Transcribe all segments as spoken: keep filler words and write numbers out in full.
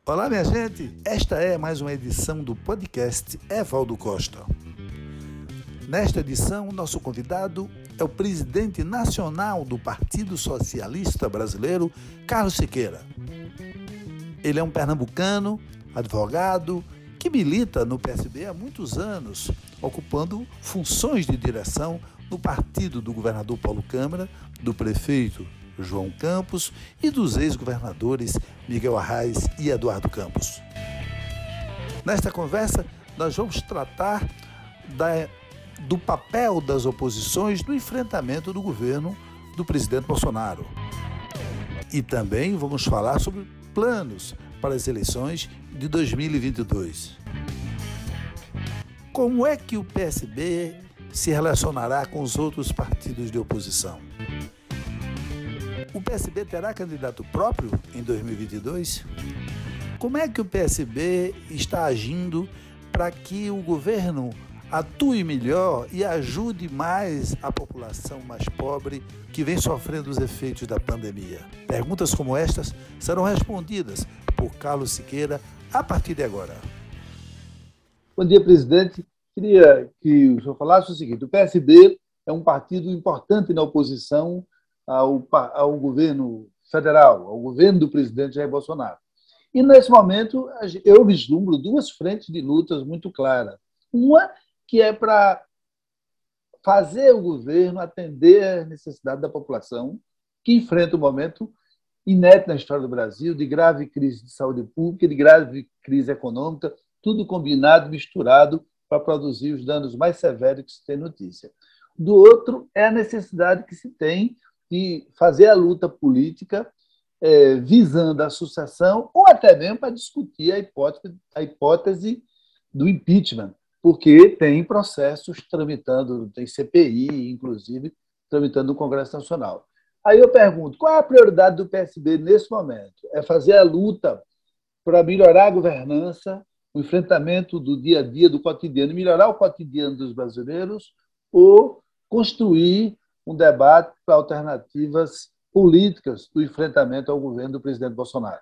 Olá, minha gente! Esta é mais uma edição do podcast Evaldo Costa. Nesta edição, nosso convidado é o presidente nacional do Partido Socialista Brasileiro, Carlos Siqueira. Ele é um pernambucano, advogado, que milita no P S B há muitos anos, ocupando funções de direção no partido do governador Paulo Câmara, do prefeito João Campos e dos ex-governadores Miguel Arraes e Eduardo Campos. Nesta conversa, nós vamos tratar da, do papel das oposições no enfrentamento do governo do presidente Bolsonaro. E também vamos falar sobre planos para as eleições de dois mil e vinte e dois. Como é que o P S B se relacionará com os outros partidos de oposição? O P S B terá candidato próprio em dois mil e vinte e dois? Como é que o P S B está agindo para que o governo atue melhor e ajude mais a população mais pobre que vem sofrendo os efeitos da pandemia? Perguntas como estas serão respondidas por Carlos Siqueira a partir de agora. Bom dia, presidente. Queria que o senhor falasse o seguinte: o P S B é um partido importante na oposição ao, ao governo federal, ao governo do presidente Jair Bolsonaro. E, nesse momento, eu vislumbro duas frentes de lutas muito claras. Uma que é para fazer o governo atender às necessidades da população, que enfrenta um momento inédito na história do Brasil, de grave crise de saúde pública, de grave crise econômica, tudo combinado, misturado, para produzir os danos mais severos que se tem notícia. Do outro, é a necessidade que se tem de fazer a luta política é, visando a sucessão ou até mesmo para discutir a hipótese, a hipótese do impeachment, porque tem processos tramitando, tem C P I, inclusive, tramitando no Congresso Nacional. Aí eu pergunto, qual é a prioridade do P S B nesse momento? É fazer a luta para melhorar a governança, o enfrentamento do dia a dia, do cotidiano, melhorar o cotidiano dos brasileiros, ou construir um debate para alternativas políticas do enfrentamento ao governo do presidente Bolsonaro?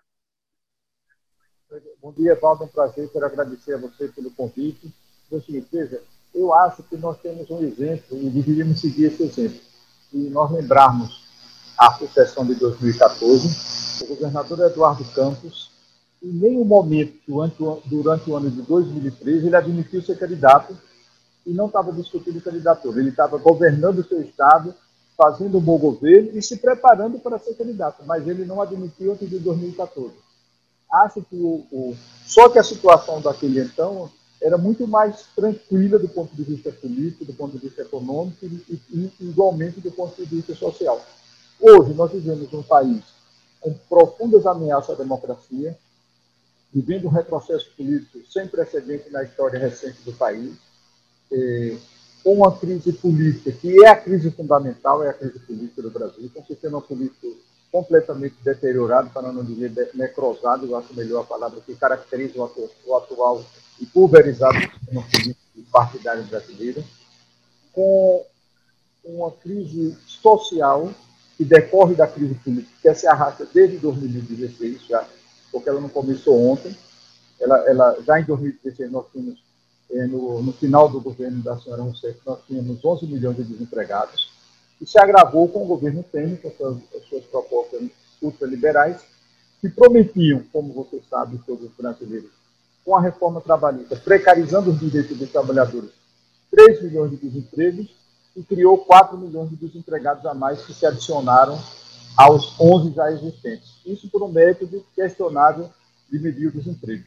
Bom dia, Evaldo. É um prazer. Quero agradecer a você pelo convite. É o seguinte, veja, eu acho que nós temos um exemplo e deveríamos seguir esse exemplo. E nós lembrarmos a sucessão de dois mil e quatorze, o governador Eduardo Campos, em nenhum momento durante o ano de dois mil e treze ele admitiu ser candidato e não estava discutindo candidatura. Ele estava governando o seu estado, fazendo um bom governo e se preparando para ser candidato, mas ele não admitiu antes de dois mil e quatorze. Acho que o, o... Só que a situação daquele então era muito mais tranquila do ponto de vista político, do ponto de vista econômico e, e igualmente do ponto de vista social. Hoje nós vivemos um país com profundas ameaças à democracia, vivendo um retrocesso político sem precedente na história recente do país, eh, com uma crise política que é a crise fundamental, é a crise política do Brasil, com um sistema político completamente deteriorado, para não dizer necrosado, eu acho melhor a palavra que caracteriza o atual, o atual e pulverizado sistema político partidário brasileiro, com uma crise social que decorre da crise política, que se arrasta desde dois mil e dezesseis, já, porque ela não começou ontem. Ela, ela, já em dois mil e dezesseis, nós tínhamos, eh, no, no final do governo da senhora Rousseff, nós tínhamos onze milhões de desempregados, e se agravou com o governo Temer, com as suas, as suas propostas ultraliberais, que prometiam, como você sabe, todos os brasileiros, com a reforma trabalhista, precarizando os direitos dos trabalhadores, três milhões de desempregos, e criou quatro milhões de desempregados a mais que se adicionaram aos onze já existentes. Isso por um método questionável de medir o desemprego.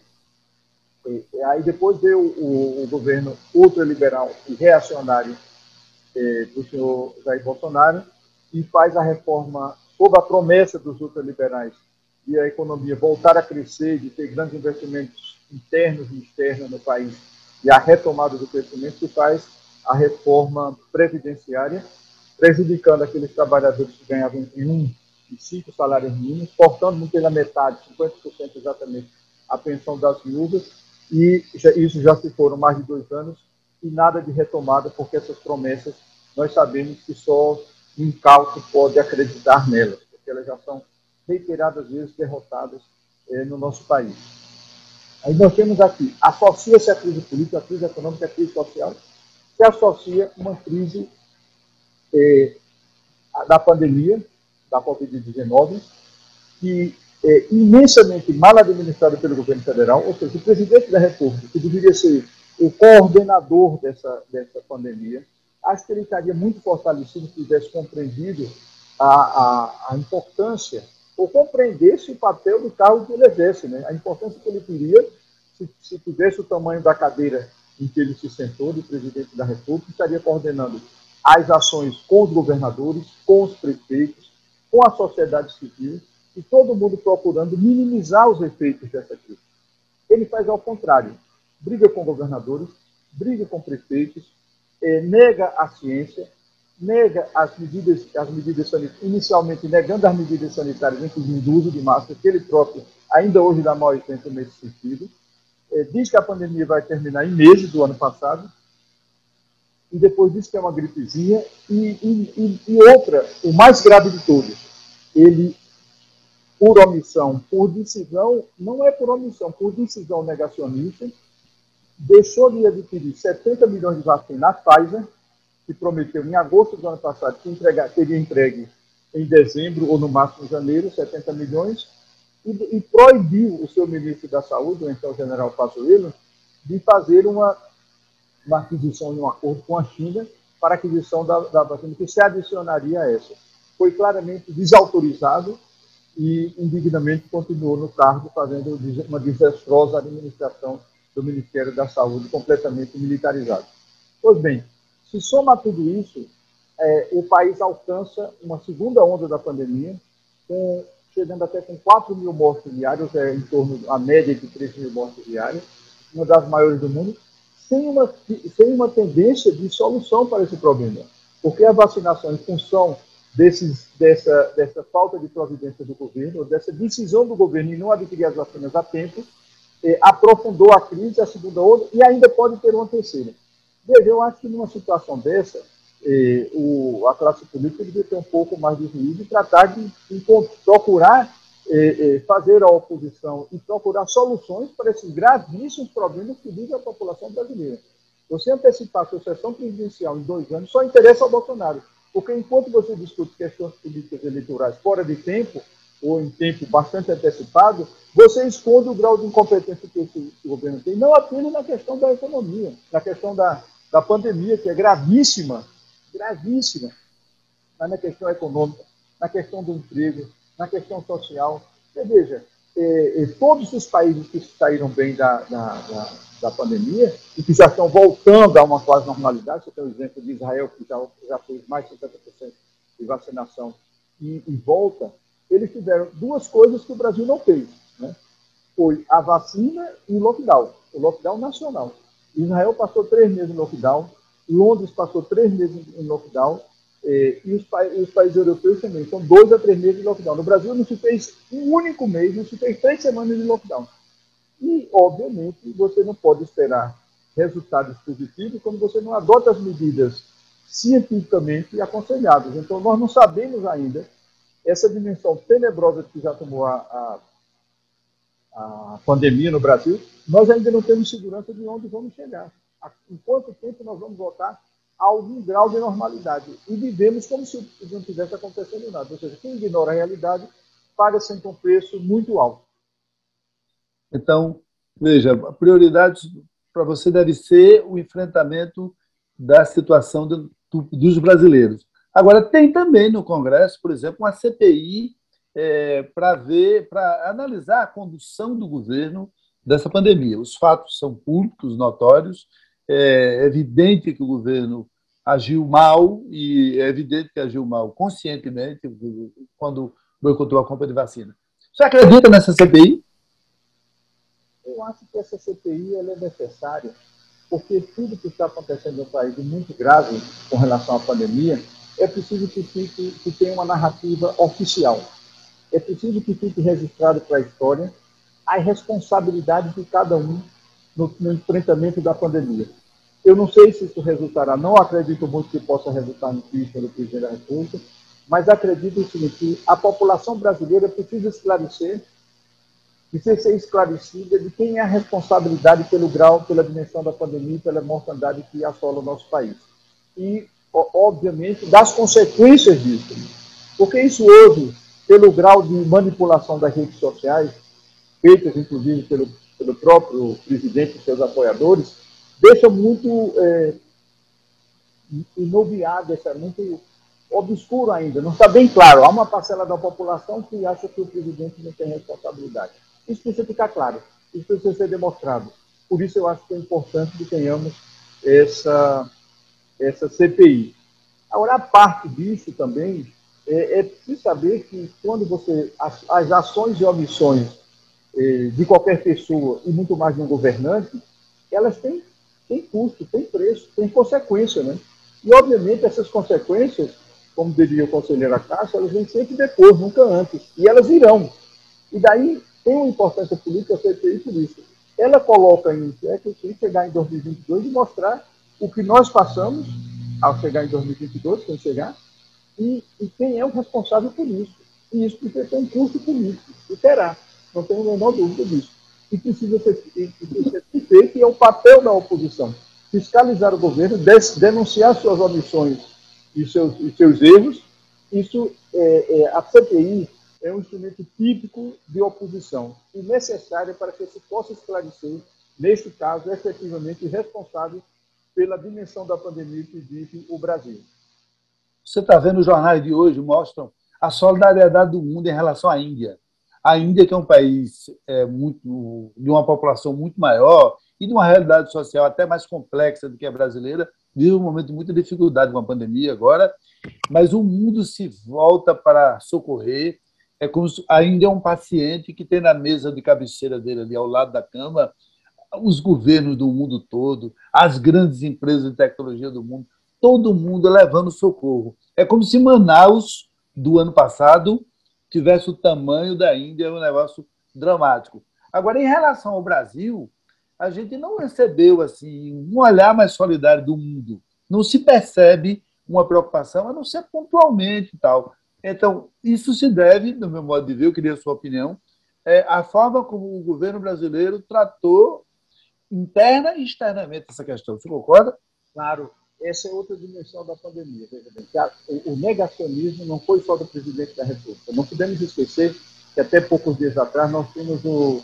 E aí depois veio o, o governo ultraliberal e reacionário eh, do senhor Jair Bolsonaro e faz a reforma sob a promessa dos ultraliberais de a economia voltar a crescer, de ter grandes investimentos internos e externos no país e a retomada do crescimento, que faz a reforma previdenciária, prejudicando aqueles trabalhadores que ganhavam em um e cinco salários mínimos, cortando pela metade, cinquenta por cento exatamente, a pensão das viúvas, e isso já se foram mais de dois anos, e nada de retomada, porque essas promessas, nós sabemos que só um incauto pode acreditar nelas, porque elas já são reiteradas vezes derrotadas eh, no nosso país. Aí nós temos aqui, associa-se a crise política, a crise econômica, a crise social, se associa uma crise eh, da pandemia, da covid dezenove, que é imensamente mal administrado pelo governo federal, ou seja, o presidente da República, que deveria ser o coordenador dessa, dessa pandemia, acho que ele estaria muito fortalecido se tivesse compreendido a, a, a importância, ou compreendesse o papel do cargo que ele exerce, né? A importância que ele teria se, se tivesse o tamanho da cadeira em que ele se sentou, de presidente da República, estaria coordenando as ações com os governadores, com os prefeitos, com a sociedade civil, e todo mundo procurando minimizar os efeitos dessa crise. Ele faz ao contrário, briga com governadores, briga com prefeitos, eh, nega a ciência, nega as medidas, as medidas sanitárias, inicialmente negando as medidas sanitárias, inclusive o uso de máscara, que ele próprio ainda hoje dá mau exemplo nesse sentido, eh, diz que a pandemia vai terminar em meses do ano passado, e depois diz que é uma gripezinha, e, e, e outra, o mais grave de todos, ele, por omissão, por decisão, não é por omissão, por decisão negacionista, deixou de adquirir setenta milhões de vacinas na Pfizer, que prometeu em agosto do ano passado que entregar, teria entregue em dezembro ou no máximo em janeiro, setenta milhões, e, e proibiu o seu ministro da Saúde, o então general Pazuello, de fazer uma, uma aquisição e um acordo com a China para a aquisição da, da vacina, que se adicionaria a essa. Foi claramente desautorizado e indignamente continuou no cargo, fazendo uma desastrosa administração do Ministério da Saúde, completamente militarizado. Pois bem, se soma tudo isso, é, o país alcança uma segunda onda da pandemia, com, chegando até com quatro mil mortes diários, é, em torno da média de três mil mortes diárias, uma das maiores do mundo, sem uma, sem uma tendência de solução para esse problema. Porque a vacinação, em função desses, dessa, dessa falta de providência do governo, ou dessa decisão do governo em não adquirir as vacinas a tempo, eh, aprofundou a crise, a segunda onda, e ainda pode ter uma terceira. Veja, eu acho que numa situação dessa, eh, o, a classe política deveria ter um pouco mais de juízo e tratar de, de procurar eh, eh, fazer a oposição e procurar soluções para esses gravíssimos problemas que vive a população brasileira. Você antecipar a sucessão presidencial em dois anos só interessa ao Bolsonaro, porque enquanto você discute questões políticas eleitorais fora de tempo, ou em tempo bastante antecipado, você esconde o grau de incompetência que esse governo tem, não apenas na questão da economia, na questão da, da pandemia, que é gravíssima, gravíssima, mas na questão econômica, na questão do emprego, na questão social. Você veja, eh, eh, todos os países que saíram bem da, da, da, da pandemia e que já estão voltando a uma quase normalidade, você tem o exemplo de Israel, que já, já fez mais de setenta por cento de vacinação e, e volta, eles tiveram duas coisas que o Brasil não fez, né? Foi a vacina e o lockdown, o lockdown nacional. Israel passou três meses em lockdown, Londres passou três meses em lockdown, eh, e, os e os países europeus também, são dois a três meses de lockdown. No Brasil não se fez um único mês, não se fez três semanas de lockdown. E, obviamente, você não pode esperar resultados positivos quando você não adota as medidas cientificamente aconselhadas. Então, nós não sabemos ainda essa dimensão tenebrosa que já tomou a, a, a pandemia no Brasil, nós ainda não temos segurança de onde vamos chegar. Em quanto tempo nós vamos voltar a algum grau de normalidade? E vivemos como se não tivesse acontecendo nada. Ou seja, quem ignora a realidade paga sempre um preço muito alto. Então, veja, a prioridade para você deve ser o enfrentamento da situação do, do, dos brasileiros. Agora, tem também no Congresso, por exemplo, uma C P I é, para ver, para analisar a condução do governo dessa pandemia. Os fatos são públicos, notórios, é evidente que o governo agiu mal, e é evidente que agiu mal conscientemente quando boicotou a compra de vacina. Você acredita nessa C P I? Eu acho que essa C P I ela é necessária, porque tudo que está acontecendo no país é muito grave com relação à pandemia. É preciso que, fique, que tenha uma narrativa oficial. É preciso que fique registrado para a história as responsabilidades de cada um no, no enfrentamento da pandemia. Eu não sei se isso resultará, não acredito muito que possa resultar no impeachment do presidente da República, mas acredito o seguinte, que a população brasileira precisa esclarecer precisa ser esclarecida de quem é a responsabilidade pelo grau, pela dimensão da pandemia, pela mortandade que assola o nosso país. E, obviamente, das consequências disso. Porque isso hoje, pelo grau de manipulação das redes sociais, feitas, inclusive, pelo, pelo próprio presidente e seus apoiadores, deixa muito é, inoviado, é muito obscuro ainda, não está bem claro. Há uma parcela da população que acha que o presidente não tem responsabilidade. Isso precisa ficar claro, isso precisa ser demonstrado. Por isso eu acho que é importante que tenhamos essa, essa C P I. Agora, a parte disso também, é, é preciso saber que quando você, as, as ações e omissões eh, de qualquer pessoa, e muito mais de um governante, elas têm, têm custo, têm preço, têm consequência, né? E, obviamente, essas consequências, como diria o conselheiro Acácio, elas vêm sempre depois, nunca antes. E elas irão. E daí tem uma importância política a C P I por isso. Ela coloca em xeque que chegar em dois mil e vinte e dois e mostrar o que nós passamos ao chegar em dois mil e vinte e dois, quem chegar, e, e quem é o responsável por isso. E isso precisa ter um custo político. E terá. Não tenho a menor dúvida disso. E precisa ser, e precisa ser feito, que é o papel da oposição. Fiscalizar o governo, denunciar suas omissões e seus, e seus erros. Isso, é, é, a C P I é um instrumento típico de oposição e necessário para que se possa esclarecer, neste caso, efetivamente responsável pela dimensão da pandemia que vive o Brasil. Você está vendo, os jornais de hoje mostram a solidariedade do mundo em relação à Índia. A Índia, que é um país é, muito, de uma população muito maior e de uma realidade social até mais complexa do que a brasileira, vive um momento de muita dificuldade com a pandemia agora, mas o mundo se volta para socorrer. É como se a Índia é um paciente que tem na mesa de cabeceira dele, ali ao lado da cama, os governos do mundo todo, as grandes empresas de tecnologia do mundo, todo mundo levando socorro. É como se Manaus, do ano passado, tivesse o tamanho da Índia, é um negócio dramático. Agora, em relação ao Brasil, a gente não recebeu assim um olhar mais solidário do mundo. Não se percebe uma preocupação, a não ser pontualmente e tal. Então, isso se deve, no meu modo de ver, eu queria a sua opinião, é, à forma como o governo brasileiro tratou interna e externamente essa questão. Você concorda? Claro. Essa é outra dimensão da pandemia. Veja bem, que a, o, o negacionismo não foi só do presidente da República. Não podemos esquecer que até poucos dias atrás nós tínhamos o,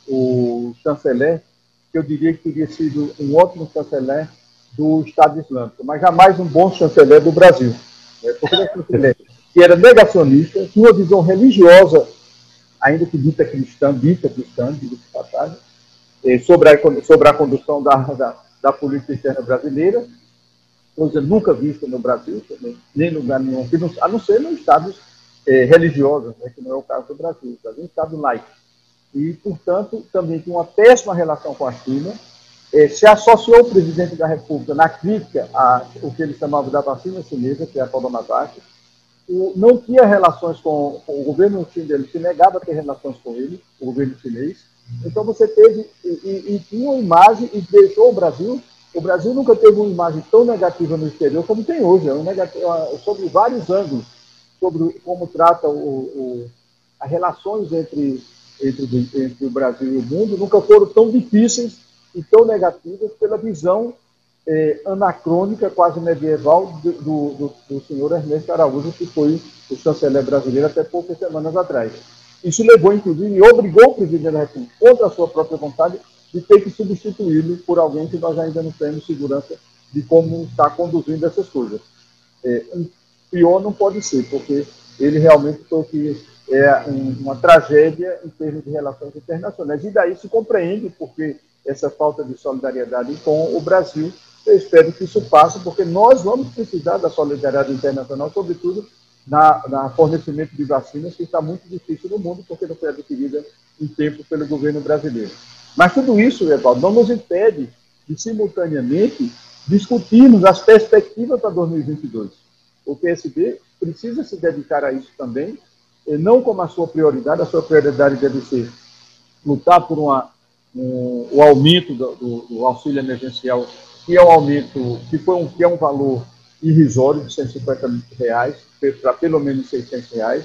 o chanceler, que eu diria que teria sido um ótimo chanceler do Estado Islâmico, mas jamais um bom chanceler do Brasil. Né? Porque ele é um chanceler que era negacionista, tinha uma visão religiosa, ainda que dita cristã, dita cristã, diga de passagem, sobre a, sobre a condução da, da, da política externa brasileira, coisa nunca vista no Brasil, nem no lugar nenhum, a não ser nos estados eh, religiosos, né, que não é o caso do Brasil. O Brasil é um estado laico. E, portanto, também tem uma péssima relação com a China. Eh, se associou o presidente da República na crítica ao que ele chamava da vacina chinesa, que é a Coronavac. O, não tinha relações com, com o governo chinês, ele se negava a ter relações com ele, o governo chinês. Então, você teve, e, e, e tinha uma imagem e deixou o Brasil. O Brasil nunca teve uma imagem tão negativa no exterior como tem hoje, é um negativo, sobre vários ângulos, sobre como trata o, o, as relações entre, entre, entre o Brasil e o mundo, nunca foram tão difíceis e tão negativas pela visão eh, anacrônica, quase medieval, do, do, do senhor Ernesto Araújo, que foi o chanceler brasileiro até poucas semanas atrás. Isso levou, inclusive, e obrigou o presidente da República, contra a sua própria vontade, de ter que substituí-lo por alguém que nós ainda não temos segurança de como está conduzindo essas coisas. É, um pior não pode ser, porque ele realmente foi que é um, uma tragédia em termos de relações internacionais. E daí se compreende porque essa falta de solidariedade com o Brasil. Eu espero que isso passe, porque nós vamos precisar da solidariedade internacional, sobretudo na, na fornecimento de vacinas, que está muito difícil no mundo, porque não foi adquirida em tempo pelo governo brasileiro. Mas tudo isso, Evaldo, não nos impede de, simultaneamente, discutirmos as perspectivas para dois mil e vinte e dois. O P S B precisa se dedicar a isso também, não como a sua prioridade, a sua prioridade deve ser lutar por uma, um, o aumento do, do, do auxílio emergencial, que é um aumento, que, foi um, que é um valor irrisório de cento e cinquenta reais, para pelo menos seiscentos reais,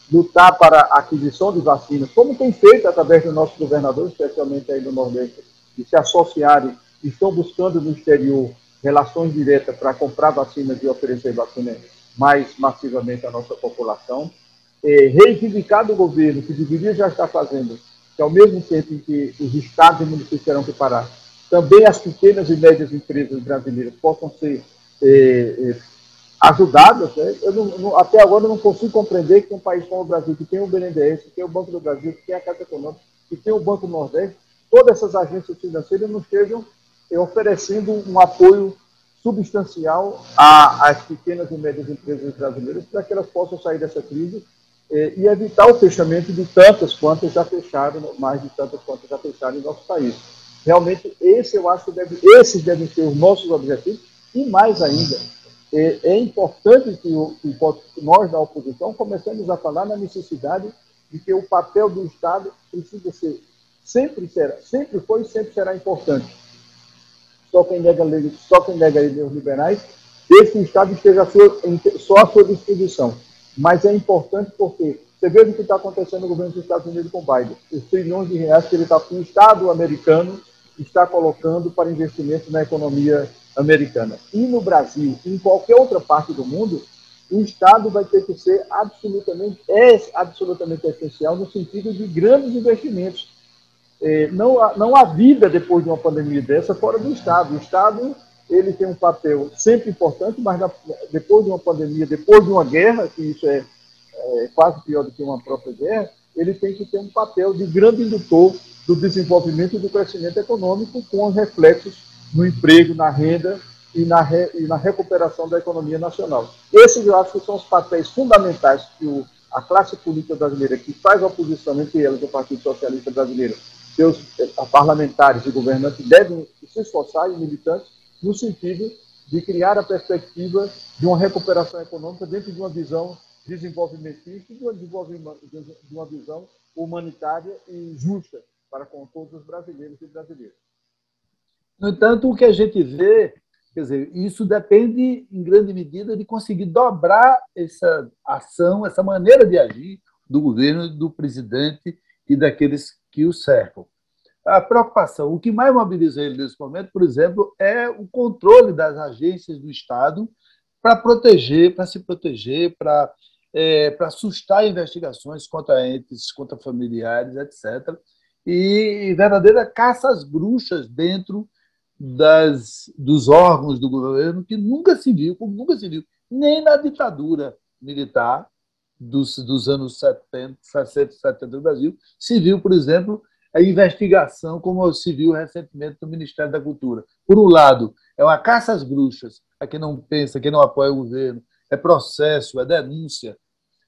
lutar para a aquisição de vacinas, como tem feito através dos nossos governadores, especialmente aí do Nordeste, de se associarem, estão buscando no exterior relações diretas para comprar vacinas e oferecer vacinas mais massivamente à nossa população. É, reivindicar do governo, que deveria já estar fazendo, que ao mesmo tempo em que os estados e municípios terão que parar, também as pequenas e médias empresas brasileiras possam ser é, é, ajudadas. Né? Eu não, não, até agora eu não consigo compreender que um país como o Brasil, que tem o B N D E S, que tem o Banco do Brasil, que tem a Caixa Econômica, que tem o Banco do Nordeste, todas essas agências financeiras não estejam é, oferecendo um apoio substancial às pequenas e médias empresas brasileiras para que elas possam sair dessa crise eh, e evitar o fechamento de tantas quantas já fecharam, mais de tantas quantas já fecharam em nosso país. Realmente, esse eu acho que deve, esses devem ser os nossos objetivos e mais ainda, é, é importante que, o, que nós da oposição comecemos a falar na necessidade de que o papel do Estado precisa ser, sempre será, sempre foi e sempre será importante. Só quem nega a lei, só quem nega a lei dos liberais, desde que o Estado esteja a sua, só à sua disposição. Mas é importante porque você vê o que está acontecendo no governo dos Estados Unidos com Biden. Os trilhões de reais que ele está, que o Estado americano está colocando para investimento na economia americana. E no Brasil, e em qualquer outra parte do mundo, o Estado vai ter que ser absolutamente, é absolutamente essencial no sentido de grandes investimentos. É, não, há, não há vida depois de uma pandemia dessa fora do Estado. O Estado ele tem um papel sempre importante, mas na, depois de uma pandemia, depois de uma guerra, que isso é, é quase pior do que uma própria guerra, ele tem que ter um papel de grande indutor do desenvolvimento e do crescimento econômico, com os reflexos no emprego, na renda e na, re, e na recuperação da economia nacional. Esses, eu acho que são os papéis fundamentais que o, a classe política brasileira, que faz oposição entre elas do Partido Socialista Brasileiro, seus parlamentares e governantes devem se esforçar, e militantes, no sentido de criar a perspectiva de uma recuperação econômica dentro de uma visão desenvolvimentista e de uma, de uma visão humanitária e justa para com todos os brasileiros e brasileiras. No entanto, o que a gente vê, quer dizer, isso depende, em grande medida, de conseguir dobrar essa ação, essa maneira de agir do governo, do presidente e daqueles que o cercam. A preocupação, o que mais mobiliza ele nesse momento, por exemplo, é o controle das agências do Estado para proteger, para se proteger, para, é, para sustar investigações contra entes, contra familiares, etcétera. E verdadeira caça às bruxas dentro das, dos órgãos do governo, que nunca se viu, como nunca se viu, nem na ditadura militar dos, dos anos setenta, sessenta, setenta do Brasil, se viu, por exemplo, a investigação, como se viu recentemente no Ministério da Cultura. Por um lado, é uma caça às bruxas, a quem não pensa, a quem não apoia o governo, é processo, é denúncia,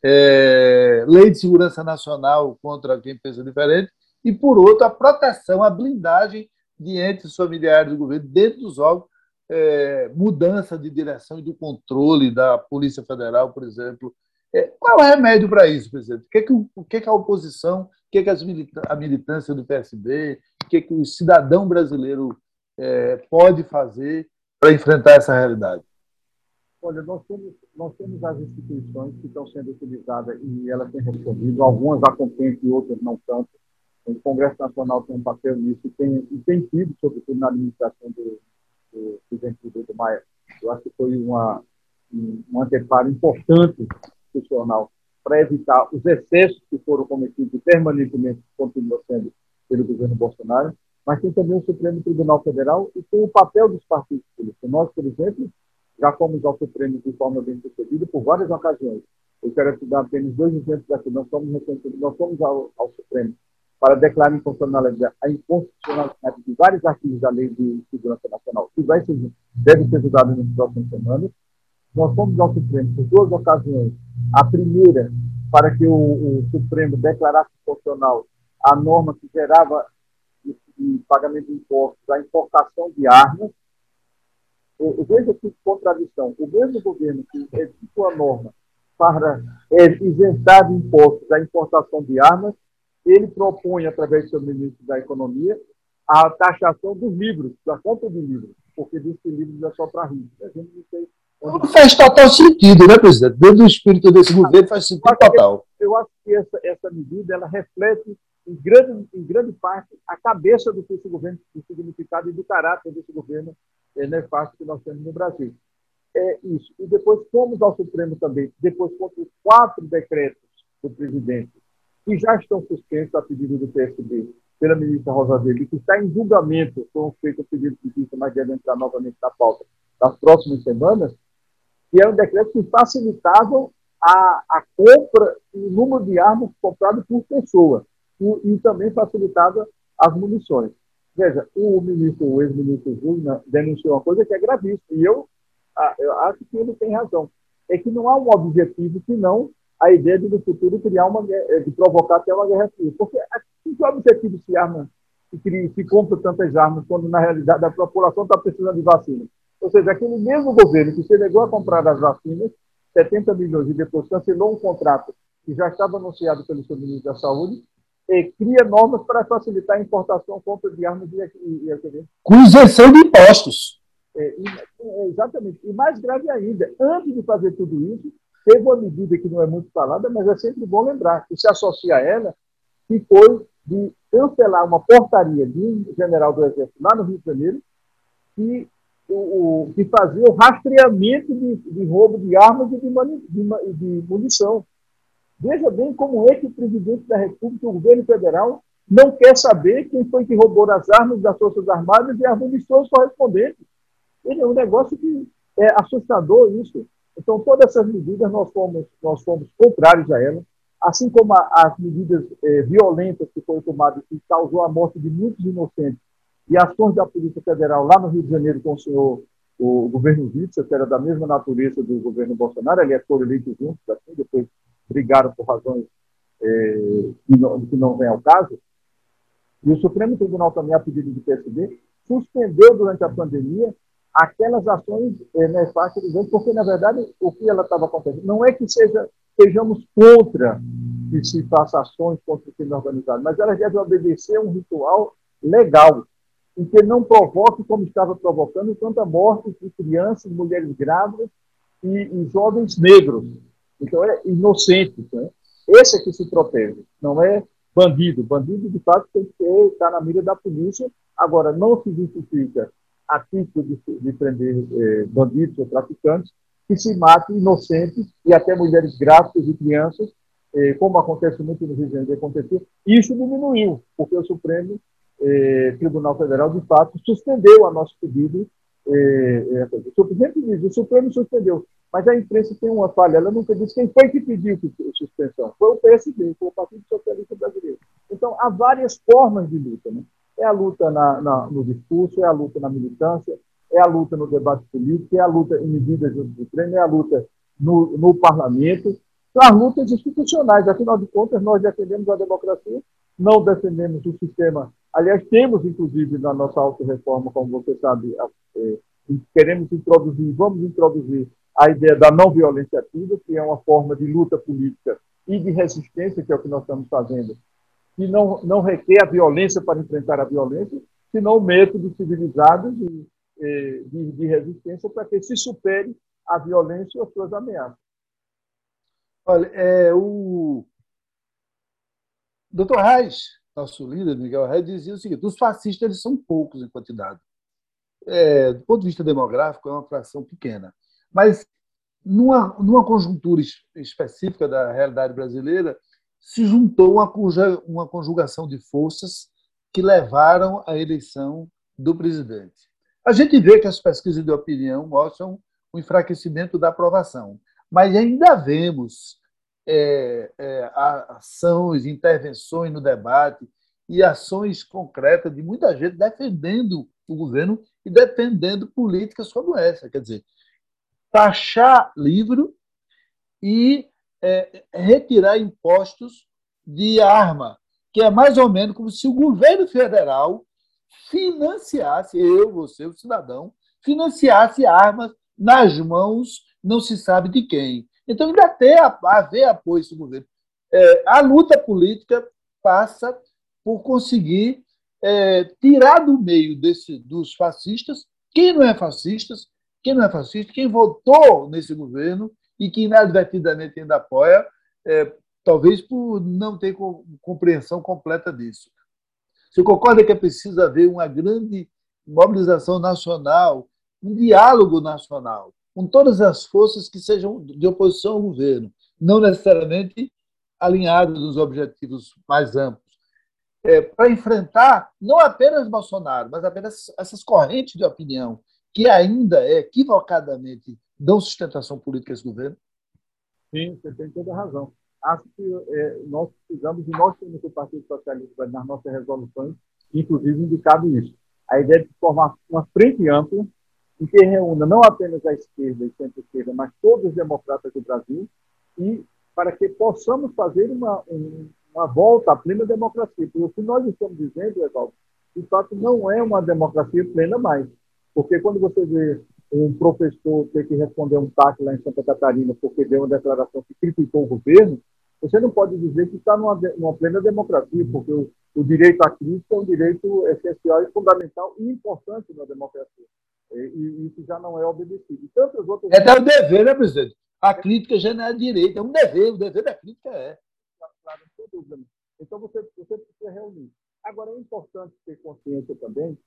é lei de segurança nacional contra quem pensa diferente, e, por outro, a proteção, a blindagem de entes familiares do governo dentro dos órgãos, é, mudança de direção e do controle da Polícia Federal, por exemplo. É, qual é o remédio para isso, presidente? O que é que, o que, é que a oposição, o que é que as milita- a militância do P S B, o que é que o cidadão brasileiro é, pode fazer para enfrentar essa realidade? Olha, nós temos, nós temos as instituições que estão sendo utilizadas e elas têm respondido, algumas a contento e outras não tanto. O Congresso Nacional tem um papel nisso e tem, e tem tido, sobretudo na administração do, do presidente Rodrigo Maia. Eu acho que foi uma, um, um anteparo importante institucional para evitar os excessos que foram cometidos e permanentemente continuam sendo pelo governo Bolsonaro, mas tem também o Supremo Tribunal Federal e tem o papel dos partidos políticos. Nós, por exemplo, já fomos ao Supremo de forma bem sucedida por várias ocasiões. Eu quero te dar apenas dois exemplos aqui. Nós fomos, nós fomos ao, ao Supremo para declarar inconstitucionalidade, a inconstitucionalidade de vários artigos da Lei de Segurança Nacional, que vai ser, deve ser julgado nas próximas semanas. Nós fomos ao Supremo por duas ocasiões. A primeira, para que o, o Supremo declarasse constitucional a norma que gerava de pagamento de impostos, a importação de armas. Eu vejo aqui contradição. O mesmo governo que editou a norma para é, isentar de impostos a importação de armas, ele propõe, através do seu ministro da Economia, a taxação dos livros, da compra de livros, porque diz que livros é só para ricos. A gente não sei onde... Faz total sentido, né, presidente? Dentro do espírito desse governo faz sentido total. eu acho que essa, essa medida ela reflete, em grande, em grande parte, a cabeça do que esse governo, do significado e do caráter desse governo é, nefasto que nós temos no Brasil. É isso. E depois fomos ao Supremo também, depois contra os quatro decretos do presidente, que já estão suspensos a pedido do P S B, pela ministra Rosa Weber, que está em julgamento, foram feitos a pedido de justiça, mas deve entrar novamente na pauta nas próximas semanas, que é um decreto que facilitava a, a compra e o número de armas compradas por pessoa, e, e também facilitava as munições. Veja, o ministro, o ex-ministro Júnior denunciou uma coisa que é gravíssima, e eu, eu acho que ele tem razão, é que não há um objetivo senão a ideia de no futuro criar uma de provocar até uma guerra civil. Porque que objetivo se arma, se, se compra tantas armas, quando na realidade a população está precisando de vacina? Ou seja, aquele mesmo governo que se negou a comprar as vacinas, setenta milhões, e depois cancelou um contrato que já estava anunciado pelo seu ministro da Saúde, e cria normas para facilitar a importação, compra de armas e, e, e com isenção de impostos. É, e, exatamente. E mais grave ainda, antes de fazer tudo isso, teve uma medida que não é muito falada, mas é sempre bom lembrar, que se associa a ela, que foi de cancelar uma portaria de um general do Exército lá no Rio de Janeiro, que, o, o, que fazia o rastreamento de, de roubo de armas e de, mani, de, de munição. Veja bem como é que o presidente da República, o governo federal, não quer saber quem foi que roubou as armas das Forças Armadas e as munições correspondentes. Ele é um negócio que é assustador isso. Então, todas essas medidas nós fomos, nós fomos contrários a elas, assim como a, as medidas eh, violentas que foram tomadas e que causou a morte de muitos inocentes e ações da Polícia Federal lá no Rio de Janeiro com o senhor, o governo Witzel, que era da mesma natureza do governo Bolsonaro, aliás, foram eleitos juntos, assim, depois brigaram por razões eh, que, não, que não vem ao caso. E o Supremo Tribunal também, a pedido do P S B, suspendeu durante a pandemia aquelas ações é, nefastas, porque, na verdade, o que ela estava acontecendo não é que seja, sejamos contra que se faça ações contra o crime organizado, mas elas devem obedecer a um ritual legal, em que não provoque, como estava provocando, tanta morte de crianças, mulheres grávidas e, e jovens negros. Então, é inocente. Né? Esse é que se protege, não é bandido. Bandido, de fato, tem que estar na mira da polícia. Agora, não se justifica a título de, de prender eh, bandidos ou traficantes, que se matem inocentes e até mulheres grávidas e crianças, eh, como acontece muito no Rio de Janeiro, aconteceu. Isso diminuiu, porque o Supremo eh, Tribunal Federal, de fato, suspendeu a nosso pedido. Eh, eh, o presidente diz, o Supremo suspendeu, mas a imprensa tem uma falha, ela nunca disse quem foi que pediu a suspensão. Foi o P S B, foi o Partido Socialista Brasileiro. Então, há várias formas de luta, né? É a luta na, na, no discurso, é a luta na militância, é a luta no debate político, é a luta em medidas do Supremo, é a luta no, no parlamento. São as lutas institucionais. Afinal de contas, nós defendemos a democracia, não defendemos o sistema. Aliás, temos, inclusive, na nossa autorreforma, como você sabe, é, queremos introduzir, vamos introduzir a ideia da não violência ativa, que é uma forma de luta política e de resistência, que é o que nós estamos fazendo, que não, não requer a violência para enfrentar a violência, senão métodos civilizados de, de, de resistência para que se supere a violência e as suas ameaças. Olha, é, o doutor Reis, nosso líder, Miguel Reis, dizia o seguinte: os fascistas eles são poucos em quantidade. É, do ponto de vista demográfico, é uma fração pequena. Mas, numa, numa conjuntura específica da realidade brasileira, se juntou uma, uma conjugação de forças que levaram à eleição do presidente. A gente vê que as pesquisas de opinião mostram o enfraquecimento da aprovação, mas ainda vemos é, é, ações, intervenções no debate e ações concretas de muita gente defendendo o governo e defendendo políticas como essa. Quer dizer, taxar livro e É, retirar impostos de arma, que é mais ou menos como se o governo federal financiasse, eu, você, o cidadão, financiasse armas nas mãos não se sabe de quem. Então, ainda tem a haver apoio desse governo. É, a luta política passa por conseguir é, tirar do meio desse, dos fascistas quem não é fascista, quem não é fascista, quem votou nesse governo e que inadvertidamente ainda apoia, é, talvez por não ter compreensão completa disso. Você concorda que é preciso haver uma grande mobilização nacional, um diálogo nacional, com todas as forças que sejam de oposição ao governo, não necessariamente alinhados nos objetivos mais amplos, é, para enfrentar não apenas Bolsonaro, mas apenas essas correntes de opinião que ainda equivocadamente dão sustentação política a esse governo? Sim, você tem toda a razão. Acho que é, nós precisamos, e nós temos o Partido Socialista nas nossas resoluções, inclusive indicado isso. A ideia de formar uma frente ampla em que reúna não apenas a esquerda e centro-esquerda, mas todos os democratas do Brasil, e para que possamos fazer uma, um, uma volta à plena democracia. Porque o que nós estamos dizendo, Evaldo, de fato, não é uma democracia plena mais. Porque quando você vê um professor ter que responder um T A C lá em Santa Catarina porque deu uma declaração que criticou o governo, você não pode dizer que está numa, numa plena democracia, porque o, o direito à crítica é um direito essencial e fundamental e importante na democracia. E, e isso já não é obedecido. E tantas outras... É até o dever, né, presidente? A crítica já não é direito, é um dever. O dever da crítica é. Claro, sem dúvida. Então, você, você precisa reunir. Agora, é importante ter consciência também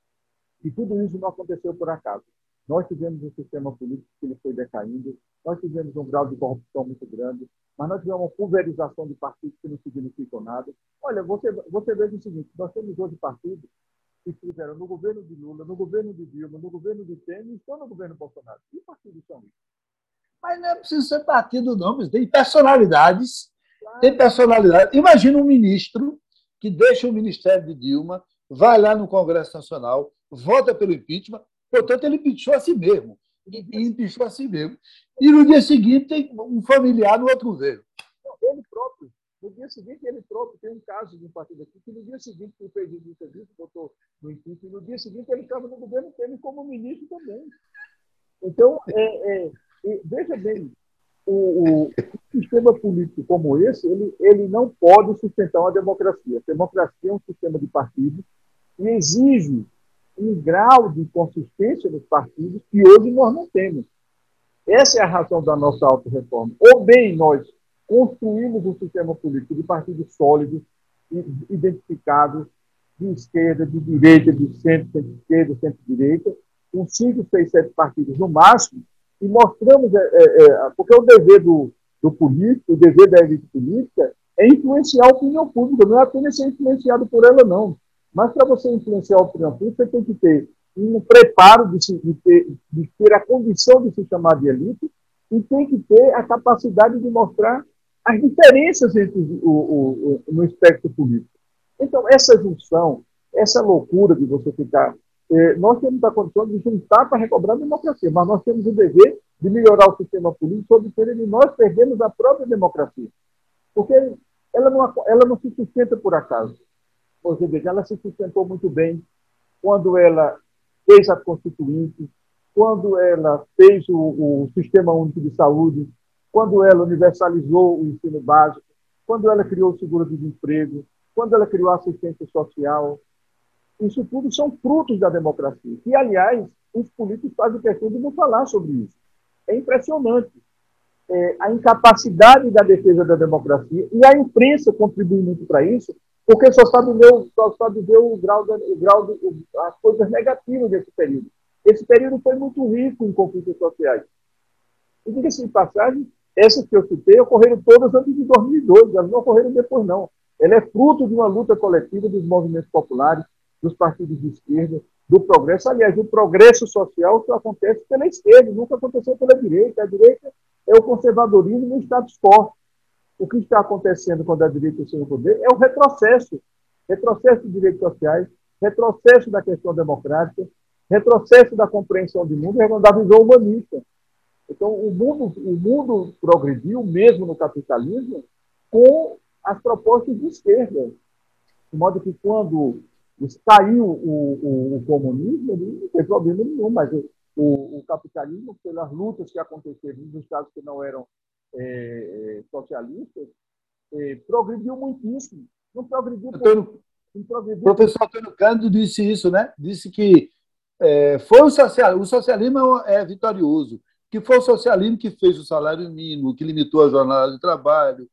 que tudo isso não aconteceu por acaso. Nós tivemos um sistema político que ele foi decaindo, nós tivemos um grau de corrupção muito grande, mas nós tivemos uma pulverização de partidos que não significam nada. Olha, você, você veja o seguinte, nós temos hoje partidos que estiveram no governo de Lula, no governo de Dilma, no governo de Temer e estão no governo Bolsonaro. Que partidos são isso? Mas não é preciso ser partido, não, mas tem personalidades. Claro. Tem personalidade. Imagina um ministro que deixa o ministério de Dilma, vai lá no Congresso Nacional, vota pelo impeachment, portanto, ele impeachou a si mesmo. E impeachou a si mesmo. E no dia seguinte tem um familiar no outro governo. Ele próprio. No dia seguinte, ele próprio tem um caso de um partido aqui que no dia seguinte ele fez o serviço, botou no impeachment, e no dia seguinte ele estava no governo Temer como ministro também. Então, é, é, veja bem, o, o sistema político como esse, ele, ele não pode sustentar uma democracia. A democracia é um sistema de partidos e exige um grau de consistência dos partidos que hoje nós não temos. Essa é a razão da nossa autorreforma. Ou bem nós construímos um sistema político de partidos sólidos, identificados, de esquerda, de direita, de centro, centro-esquerda, centro-direita, com cinco, seis, sete partidos no máximo, e mostramos, é, é, porque o dever do, do político, o dever da elite política é influenciar a opinião pública, não é apenas ser influenciado por ela, não. Mas para você influenciar a opinião pública, você tem que ter um preparo de, se, de, ter, de ter a condição de se chamar de elite e tem que ter a capacidade de mostrar as diferenças entre o, o, o, no espectro político. Então, essa junção, essa loucura de você ficar... Eh, nós temos a condição de juntar para recobrar a democracia, mas nós temos o dever de melhorar o sistema político sob pena de nós perdermos a própria democracia. Porque ela não, ela não se sustenta por acaso. Você veja, ela se sustentou muito bem quando ela fez a Constituinte, quando ela fez o, o Sistema Único de Saúde, quando ela universalizou o ensino básico, quando ela criou o seguro-desemprego, quando ela criou a assistência social. Isso tudo são frutos da democracia. E, aliás, os políticos fazem questão de não falar sobre isso. É impressionante. É, a incapacidade da defesa da democracia, e a imprensa contribui muito para isso, porque só sabe ver, só sabe ver o grau, da, o grau de, as coisas negativas desse período. Esse período foi muito rico em conflitos sociais. E, diga-se de passagem, essas que eu citei ocorreram todas antes de dois mil e dois, elas não ocorreram depois, não. Ela é fruto de uma luta coletiva dos movimentos populares, dos partidos de esquerda, do progresso. Aliás, o progresso social só acontece pela esquerda, nunca aconteceu pela direita. A direita é o conservadorismo no status quo. O que está acontecendo quando a direita está no poder é o retrocesso. Retrocesso de direitos sociais, retrocesso da questão democrática, retrocesso da compreensão de mundo e da visão humanista. Então, o mundo, o mundo progrediu, mesmo no capitalismo, com as propostas de esquerda. De modo que, quando saiu o, o, o comunismo, não tem problema nenhum, mas o, o, o capitalismo, pelas lutas que aconteceram nos estados que não eram é, socialistas, é, progrediu muitíssimo. Não progrediu... Antônio, por, não progrediu o professor Antônio Cândido disse isso, né? Disse que é, foi o, social, o socialismo é vitorioso, que foi o socialismo que fez o salário mínimo, que limitou a jornada de trabalho,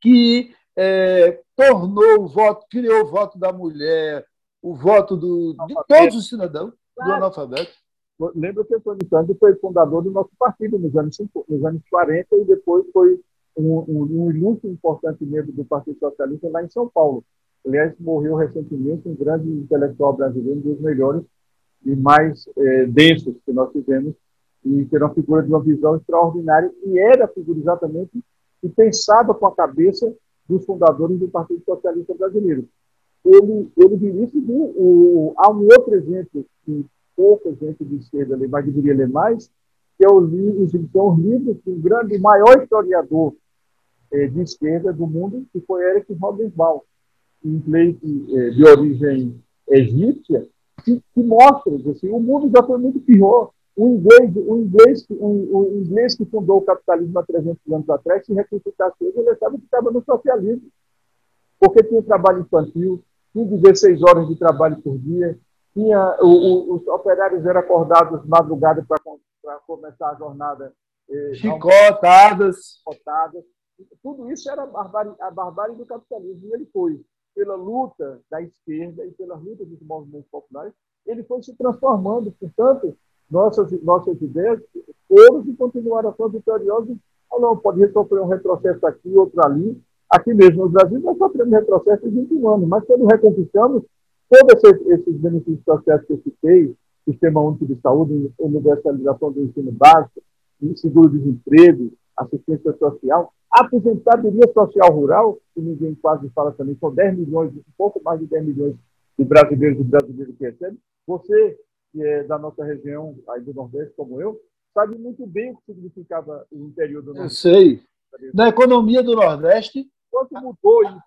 que é, tornou o voto, criou o voto da mulher, o voto do, de todos os cidadãos, do analfabeto. Lembra que Antônio Cândido foi fundador do nosso partido nos anos, nos anos quarenta e depois foi um, um, um ilustre e importante membro do Partido Socialista lá em São Paulo. Aliás, morreu recentemente um grande intelectual brasileiro, um dos melhores e mais é, densos que nós tivemos, e que era uma figura de uma visão extraordinária, e era a figura exatamente que pensava com a cabeça dos fundadores do Partido Socialista Brasileiro. Ele, ele diria que o, há um outro exemplo que pouca gente de esquerda lê, mas deveria ler mais, que é o livro, são os livros que um grande, o maior historiador eh, de esquerda do mundo, que foi Erich Hobsbawm, inglês de, de origem egípcia, que, que mostra que assim, o mundo já foi muito pior. O inglês, o, inglês, o, o inglês que fundou o capitalismo há trezentos anos atrás, se recruitasse hoje, ele achava que estava no socialismo, porque tinha trabalho infantil, tinha dezesseis horas de trabalho por dia, tinha, o, o, os operários eram acordados de madrugada para começar a jornada. Eh, chicotadas. chicotadas. Tudo isso era a barbárie, a barbárie do capitalismo. E ele foi, pela luta da esquerda e pela luta dos movimentos populares, ele foi se transformando. Portanto, nossas, nossas ideias foram e continuaram sendo vitoriosas. Ou não, pode sofrer um retrocesso aqui, outro ali. Aqui mesmo no Brasil, nós sofremos retrocesso de vinte e um anos, mas quando reconquistamos, todos esses, esses benefícios sociais que eu citei, Sistema Único de Saúde, universalização do ensino básico, seguro-desemprego, assistência social, aposentadoria social rural, que ninguém quase fala também, são dez milhões, um pouco mais de dez milhões de brasileiros e brasileiros que recebem. Você, que é da nossa região, aí do Nordeste, como eu, sabe muito bem o que significava o interior do Nordeste. Eu sei. Na economia do Nordeste, quanto mudou isso?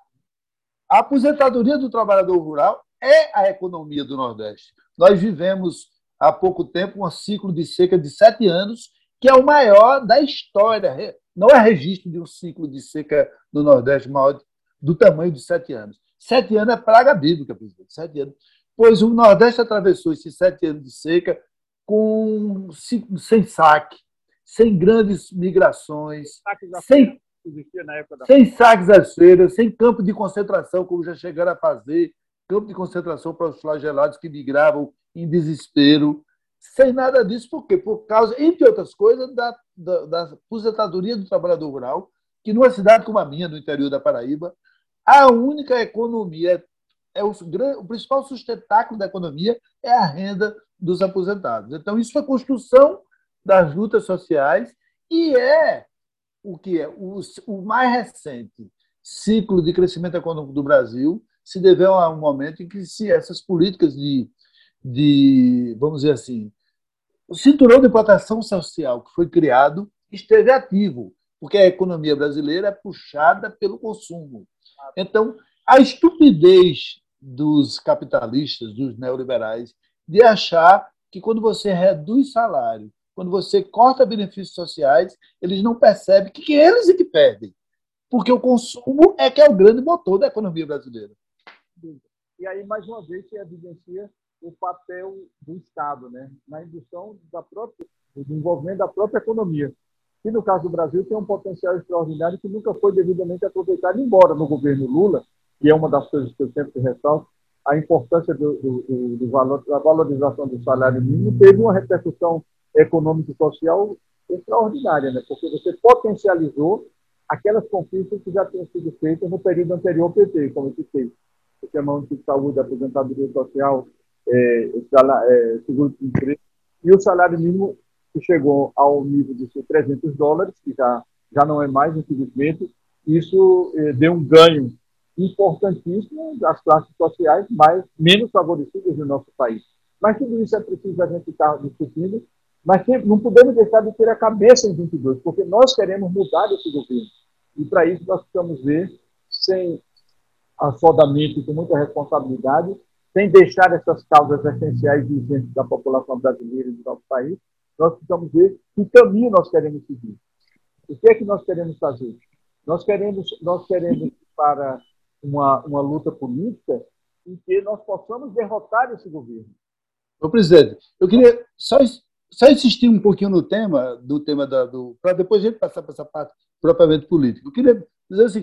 A aposentadoria do trabalhador rural é a economia do Nordeste. Nós vivemos há pouco tempo um ciclo de seca de sete anos, que é o maior da história. Não é registro de um ciclo de seca no Nordeste maior do tamanho de sete anos. Sete anos é praga bíblica, presidente. Sete anos. Pois o Nordeste atravessou esses sete anos de seca com, sem saque, sem grandes migrações, sem, sem saques às feiras, sem campo de concentração, como já chegaram a fazer, campo de concentração para os flagelados que migravam em desespero, sem nada disso. Por quê? Por causa, entre outras coisas, da, da, da aposentadoria do trabalhador rural, que numa cidade como a minha, no interior da Paraíba, a única economia, é o, o principal sustentáculo da economia é a renda dos aposentados. Então, isso foi construção das lutas sociais e é o que é o, o mais recente ciclo de crescimento econômico do Brasil se deveu a um momento em que se essas políticas de, de, vamos dizer assim, o cinturão de proteção social que foi criado esteve ativo, porque a economia brasileira é puxada pelo consumo. Então, a estupidez dos capitalistas, dos neoliberais, de achar que quando você reduz salário, quando você corta benefícios sociais, eles não percebem que eles é que perdem, porque o consumo é que é o grande motor da economia brasileira. E aí, mais uma vez, se evidencia o papel do Estado, né, na indução da própria, do desenvolvimento da própria economia, que no caso do Brasil tem um potencial extraordinário que nunca foi devidamente aproveitado, embora no governo Lula, que é uma das coisas que eu sempre ressalto, a importância do, do, do valor, da valorização do salário mínimo teve uma repercussão econômica e social extraordinária, né? Porque você potencializou aquelas conquistas que já tinham sido feitas no período anterior ao P T, como eu citei. O Sistema Único de Saúde, aposentadoria social, é, é, seguro-desemprego, e o salário mínimo que chegou ao nível de trezentos dólares, que já, já não é mais, infelizmente. Isso é, deu um ganho importantíssimo das classes sociais mais, menos favorecidas do nosso país. Mas tudo isso é preciso a gente estar discutindo, mas não podemos deixar de ter a cabeça em vinte e dois, porque nós queremos mudar esse governo. E para isso nós precisamos ver, sem assodamento e com muita responsabilidade, sem deixar essas causas essenciais e urgentes da população brasileira e do nosso país, nós precisamos ver que caminho nós queremos seguir. O que é que nós queremos fazer? Nós queremos, nós queremos para uma, uma luta política em que nós possamos derrotar esse governo. Ô, presidente, eu queria só, só insistir um pouquinho no tema, do tema da, do, para depois a gente passar para essa parte propriamente política. Eu queria dizer assim,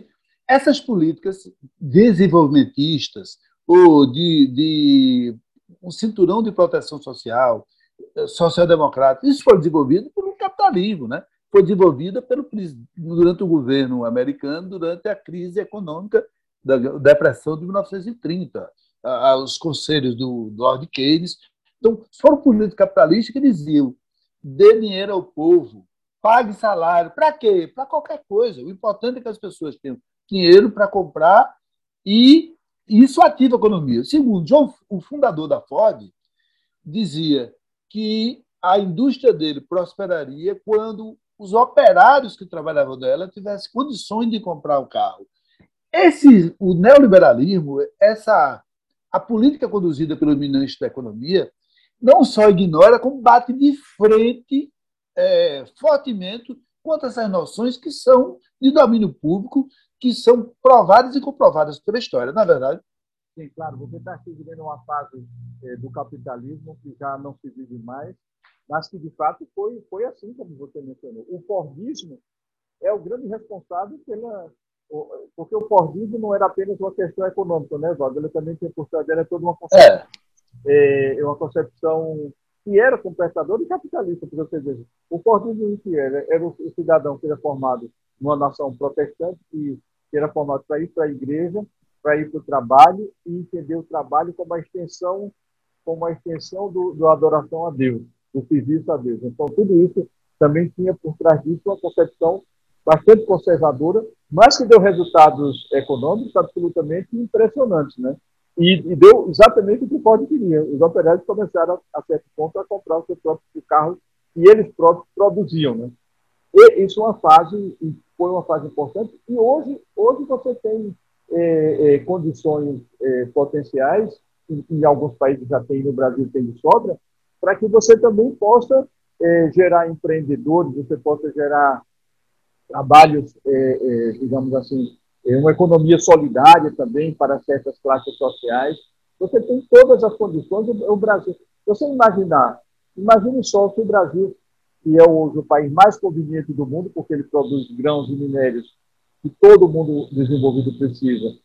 Essas políticas desenvolvimentistas ou de, de um cinturão de proteção social, social-democrata, isso foi desenvolvido por um capitalismo, né? Foi desenvolvida pelo, durante o governo americano, durante a crise econômica da Depressão de mil novecentos e trinta, os conselhos do Lord Keynes. Então, foram políticos capitalistas que diziam: dê dinheiro ao povo, pague salário. Para quê? Para qualquer coisa. O importante é que as pessoas tenham dinheiro para comprar e isso ativa a economia. Segundo, John, o fundador da Ford, dizia que a indústria dele prosperaria quando os operários que trabalhavam nela tivessem condições de comprar o carro. Esse, o neoliberalismo, essa, a política conduzida pelo ministro da Economia, não só ignora, como bate de frente é, fortemente contra essas noções que são de domínio público, que são provadas e comprovadas pela história, na verdade. Sim, claro, você está vivendo uma fase é, do capitalismo que já não se vive mais, mas que, de fato, foi, foi assim como você mencionou. O Fordismo é o grande responsável pela... Porque o Fordismo não era apenas uma questão econômica, né, Valdo? Ele também tinha por trás dela toda uma concepção, é. É, uma concepção que era completadora e capitalista, por você dizer. O Fordismo que era? Era o cidadão que era formado numa nação protestante, que era formado para ir para a igreja, para ir para o trabalho e entender o trabalho como a extensão, como a extensão do, do adoração a Deus, do serviço a Deus. Então, tudo isso também tinha por trás disso uma concepção bastante conservadora, mas que deu resultados econômicos absolutamente impressionantes, né? E, e deu exatamente o que o Ford queria. Os operários começaram, a, a certo ponto, a comprar os seus próprios carros e eles próprios produziam, né? E isso é uma fase, foi uma fase importante. E hoje, hoje você tem é, é, condições é, potenciais, em, em alguns países já tem, no Brasil tem de sobra, para que você também possa é, gerar empreendedores, você possa gerar trabalhos, é, é, digamos assim, é, uma economia solidária também para certas classes sociais. Você tem todas as condições. O, o Brasil, se você imaginar, imagine só se o Brasil, que é hoje o país mais conveniente do mundo, porque ele produz grãos e minérios que todo mundo desenvolvido precisa,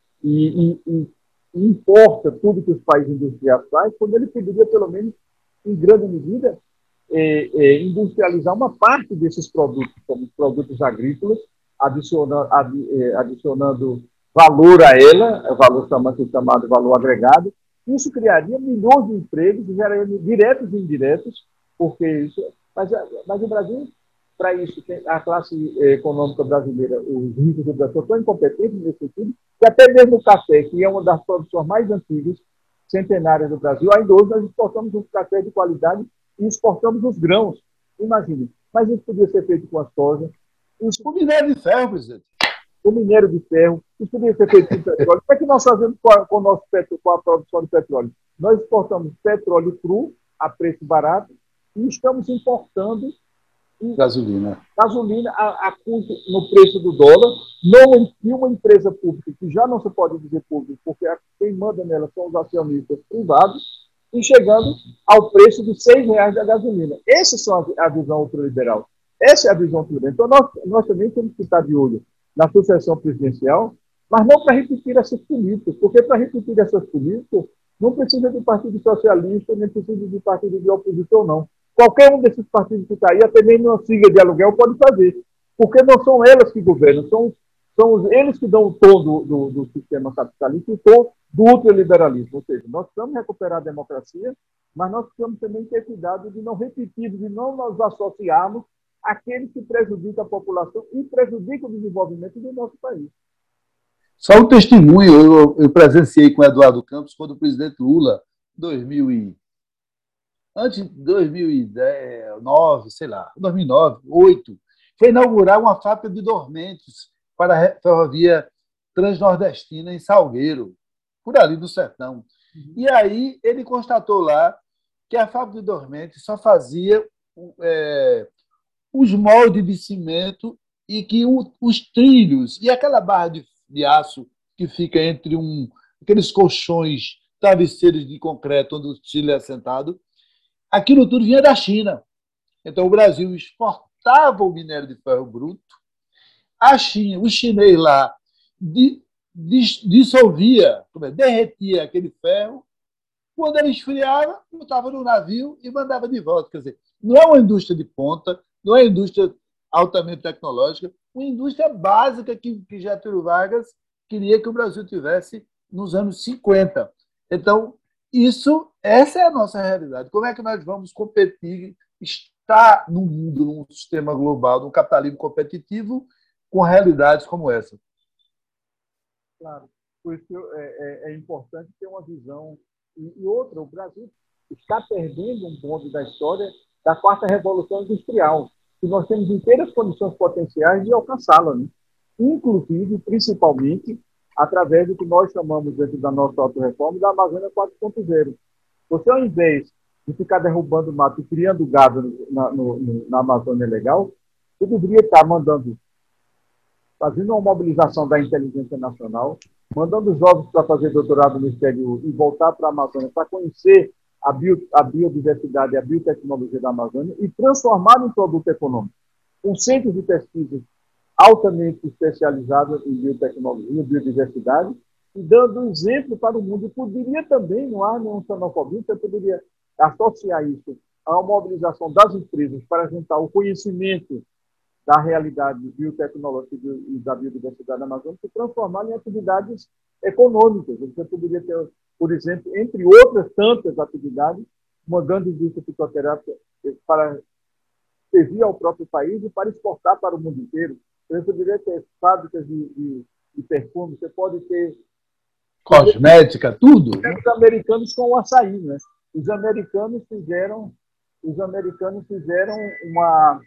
e, e, e importa tudo que os países industriais fazem, quando ele poderia, pelo menos, em grande medida, é, é, industrializar uma parte desses produtos, como os produtos agrícolas, adicionando, adi, é, adicionando valor a ela, o valor chamado, chamado valor agregado. Isso criaria milhões de empregos, geraria diretos e indiretos, porque isso... Mas, mas o Brasil, para isso, a classe econômica brasileira, os ricos do Brasil, são tão incompetentes nesse sentido, que até mesmo o café, que é uma das produções mais antigas, centenárias do Brasil, ainda hoje nós exportamos um café de qualidade e exportamos os grãos. Imagine. Mas isso podia ser feito com a soja. Isso... O minério de ferro, presidente. O minério de ferro. Isso podia ser feito com petróleo. O que é que nós fazemos com a, com o nosso petro, com a produção de petróleo? Nós exportamos petróleo cru a preço barato e estamos importando gasolina, gasolina a, a custo no preço do dólar. Não em uma empresa pública, que já não se pode dizer pública, porque quem manda nela são os acionistas privados, e chegando ao preço de seis reais da gasolina. Essa é a visão ultraliberal. Essa é a visão ultraliberal. Então, nós, nós também temos que estar de olho na sucessão presidencial, mas não para repetir essas políticas, porque para repetir essas políticas não precisa de partido socialista, nem precisa de partido de oposição, não. Qualquer um desses partidos que está aí, até mesmo uma sigla de aluguel, pode fazer, porque não são elas que governam, são, são eles que dão o tom do, do, do sistema capitalista e o tom do ultraliberalismo. Ou seja, nós precisamos recuperar a democracia, mas nós precisamos também ter cuidado de não repetir, de não nos associarmos àqueles que prejudicam a população e prejudicam o desenvolvimento do nosso país. Só um testemunho, eu, eu presenciei com o Eduardo Campos quando o presidente Lula, dois mil e antes de dois mil e nove, sei lá, dois mil e nove, dois mil e oito, foi inaugurar uma fábrica de dormentes para a ferrovia transnordestina em Salgueiro, por ali do sertão. Uhum. E aí ele constatou lá que a fábrica de dormentes só fazia é, os moldes de cimento e que o, os trilhos e aquela barra de, de aço que fica entre um, aqueles colchões, travesseiros de concreto onde o Chile é assentado, aquilo tudo vinha da China. Então, o Brasil exportava o minério de ferro bruto, a China, o chinês lá di, dis, dissolvia, derretia aquele ferro. Quando ele esfriava, botava no navio e mandava de volta. Quer dizer, não é uma indústria de ponta, não é uma indústria altamente tecnológica, uma indústria básica que, que Getúlio Vargas queria que o Brasil tivesse nos anos cinquenta. Então, isso, essa é a nossa realidade. Como é que nós vamos competir, estar no mundo, num sistema global, num capitalismo competitivo, com realidades como essa? Claro, por isso é, é, é importante ter uma visão. E, e outra, o Brasil está perdendo um ponto da história da quarta revolução industrial, que nós temos inteiras condições potenciais de alcançá-la, né? Inclusive, principalmente, através do que nós chamamos, dentro da nossa autorreforma, da Amazônia quatro ponto zero. Você, ao invés de ficar derrubando mato e criando gado na, no, no, na Amazônia legal, você deveria estar mandando, fazendo uma mobilização da inteligência nacional, mandando jovens para fazer doutorado no exterior e voltar para a Amazônia para conhecer a, bio, a biodiversidade e a biotecnologia da Amazônia e transformar em produto econômico. Com centros de pesquisa altamente especializados em biotecnologia, biodiversidade, e dando exemplo para o mundo. E poderia também, não há nenhum xenofobia, você poderia associar isso a uma mobilização das empresas para juntar o conhecimento da realidade biotecnológica e da biodiversidade da Amazônia e transformar em atividades econômicas. Você poderia ter, por exemplo, entre outras tantas atividades, uma grande indústria fitoterápica para servir ao próprio país e para exportar para o mundo inteiro. Você poderia ter fábricas de, de, de perfume, você pode ter... Cosmética, tudo. Os americanos com o açaí, né? Os americanos fizeram, os americanos fizeram uma...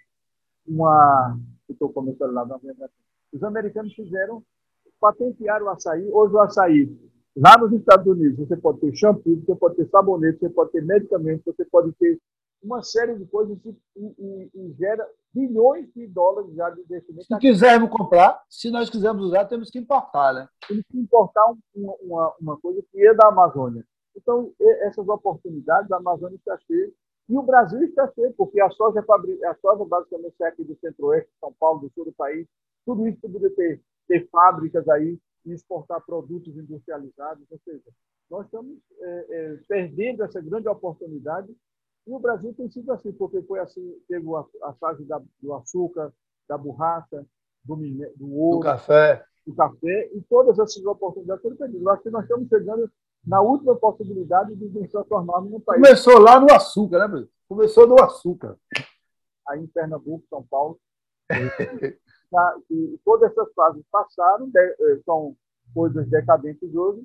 uma estou começando lá, os americanos fizeram, patentearam o açaí. Hoje o açaí, lá nos Estados Unidos, você pode ter shampoo, você pode ter sabonete, você pode ter medicamentos, você pode ter uma série de coisas e, e, e gera bilhões de dólares já de investimento. Se quisermos comprar, se nós quisermos usar, temos que importar, né? Temos que importar um, uma, uma coisa que é da Amazônia. Então, essas oportunidades, a Amazônia está cheia. E o Brasil está cheio, porque a soja, a soja basicamente é aqui do centro-oeste, São Paulo, do sul do país. Tudo isso poderia ter, ter fábricas aí e exportar produtos industrializados. Ou seja, nós estamos é, é, perdendo essa grande oportunidade. E o Brasil tem sido assim, porque foi assim, teve a, a fase da, do açúcar, da borracha, do, do ouro, do café. do café, e todas essas oportunidades foram perdidas. Eu acho que nós estamos chegando na última possibilidade de nos transformarmos num país. Começou lá no açúcar, né, Brasil? Começou no açúcar. Aí em Pernambuco, São Paulo. E todas essas fases passaram, são coisas decadentes hoje.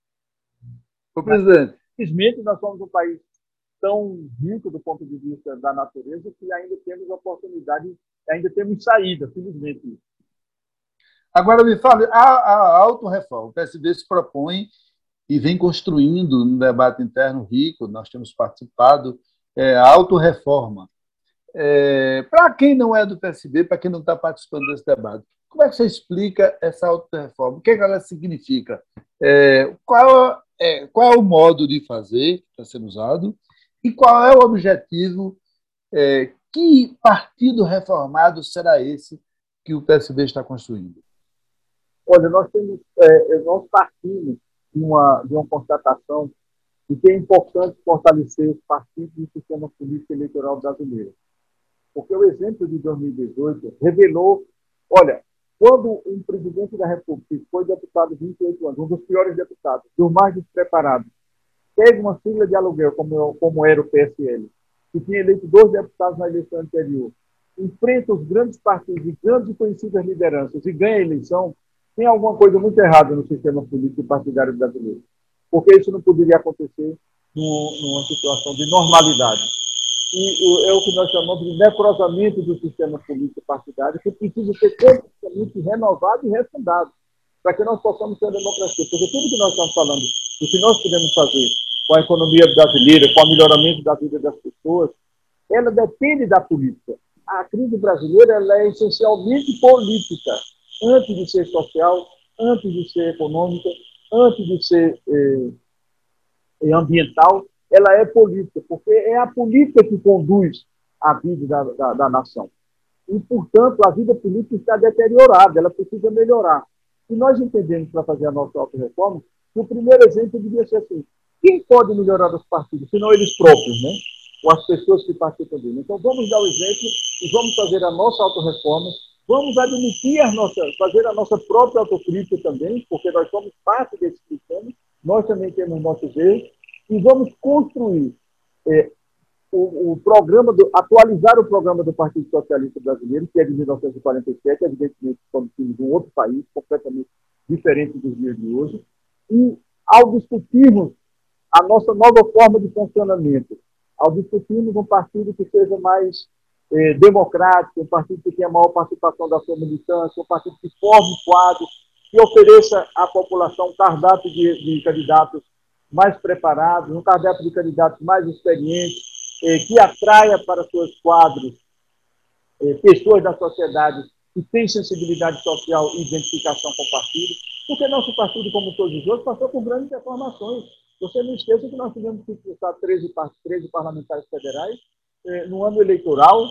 O presidente. Infelizmente, nós somos um país tão rico do ponto de vista da natureza que ainda temos oportunidade, ainda temos saída, felizmente. Agora me fale, a, a autorreforma, o P S B se propõe e vem construindo um debate interno rico, nós temos participado, é, a autorreforma. É, para quem não é do P S B, para quem não está participando desse debate, como é que você explica essa autorreforma? O que, é que ela significa? É, qual, é, qual é o modo de fazer que está sendo usado? E qual é o objetivo? É, que partido reformado será esse que o P S B está construindo? Olha, nós temos, é, nós partimos de uma, de uma constatação de que é importante fortalecer os partidos e o sistema político eleitoral brasileiro. Porque o exemplo de dois mil e dezoito revelou, olha, quando um presidente da República, que foi deputado vinte e oito anos, um dos piores deputados, dos mais despreparados, teve uma sigla de aluguel, como, como era o P S L, que tinha eleito dois deputados na eleição anterior, enfrenta os grandes partidos e grandes e conhecidas lideranças e ganha a eleição, tem alguma coisa muito errada no sistema político e partidário brasileiro. Porque isso não poderia acontecer numa situação de normalidade. E é o que nós chamamos de necrosamento do sistema político partidário, que precisa ser completamente renovado e refundado, para que nós possamos ter a democracia. Porque tudo que nós estamos falando, o que nós podemos fazer com a economia brasileira, com o melhoramento da vida das pessoas, ela depende da política. A crise brasileira ela é essencialmente política, antes de ser social, antes de ser econômica, antes de ser eh, ambiental, ela é política, porque é a política que conduz a vida da, da, da nação. E, portanto, a vida política está deteriorada, ela precisa melhorar. E nós entendemos, para fazer a nossa autorreforma, que o primeiro exemplo devia ser assim: quem pode melhorar os partidos, se não eles próprios, né? Ou as pessoas que participam dele. Então, vamos dar o exemplo e vamos fazer a nossa autorreforma, vamos admitir as nossas, fazer a nossa própria autocrítica também, porque nós somos parte desse sistema, nós também temos nossos erros, e vamos construir é, o, o programa, do, atualizar o programa do Partido Socialista Brasileiro, que é de mil novecentos e quarenta e sete, evidentemente somos de um outro país, completamente diferente dos dias de hoje, e ao discutirmos a nossa nova forma de funcionamento, ao discutirmos um partido que seja mais eh, democrático, um partido que tenha maior participação da sua militância, um partido que forme quadros, que ofereça à população um cardápio de, de candidatos mais preparados, um cardápio de candidatos mais experientes, eh, que atraia para seus quadros eh, pessoas da sociedade que têm sensibilidade social e identificação com o partido, porque nosso partido, como todos os outros, passou por grandes reformações. Você não esqueça que nós tivemos que expulsar treze, treze parlamentares federais eh, no ano eleitoral,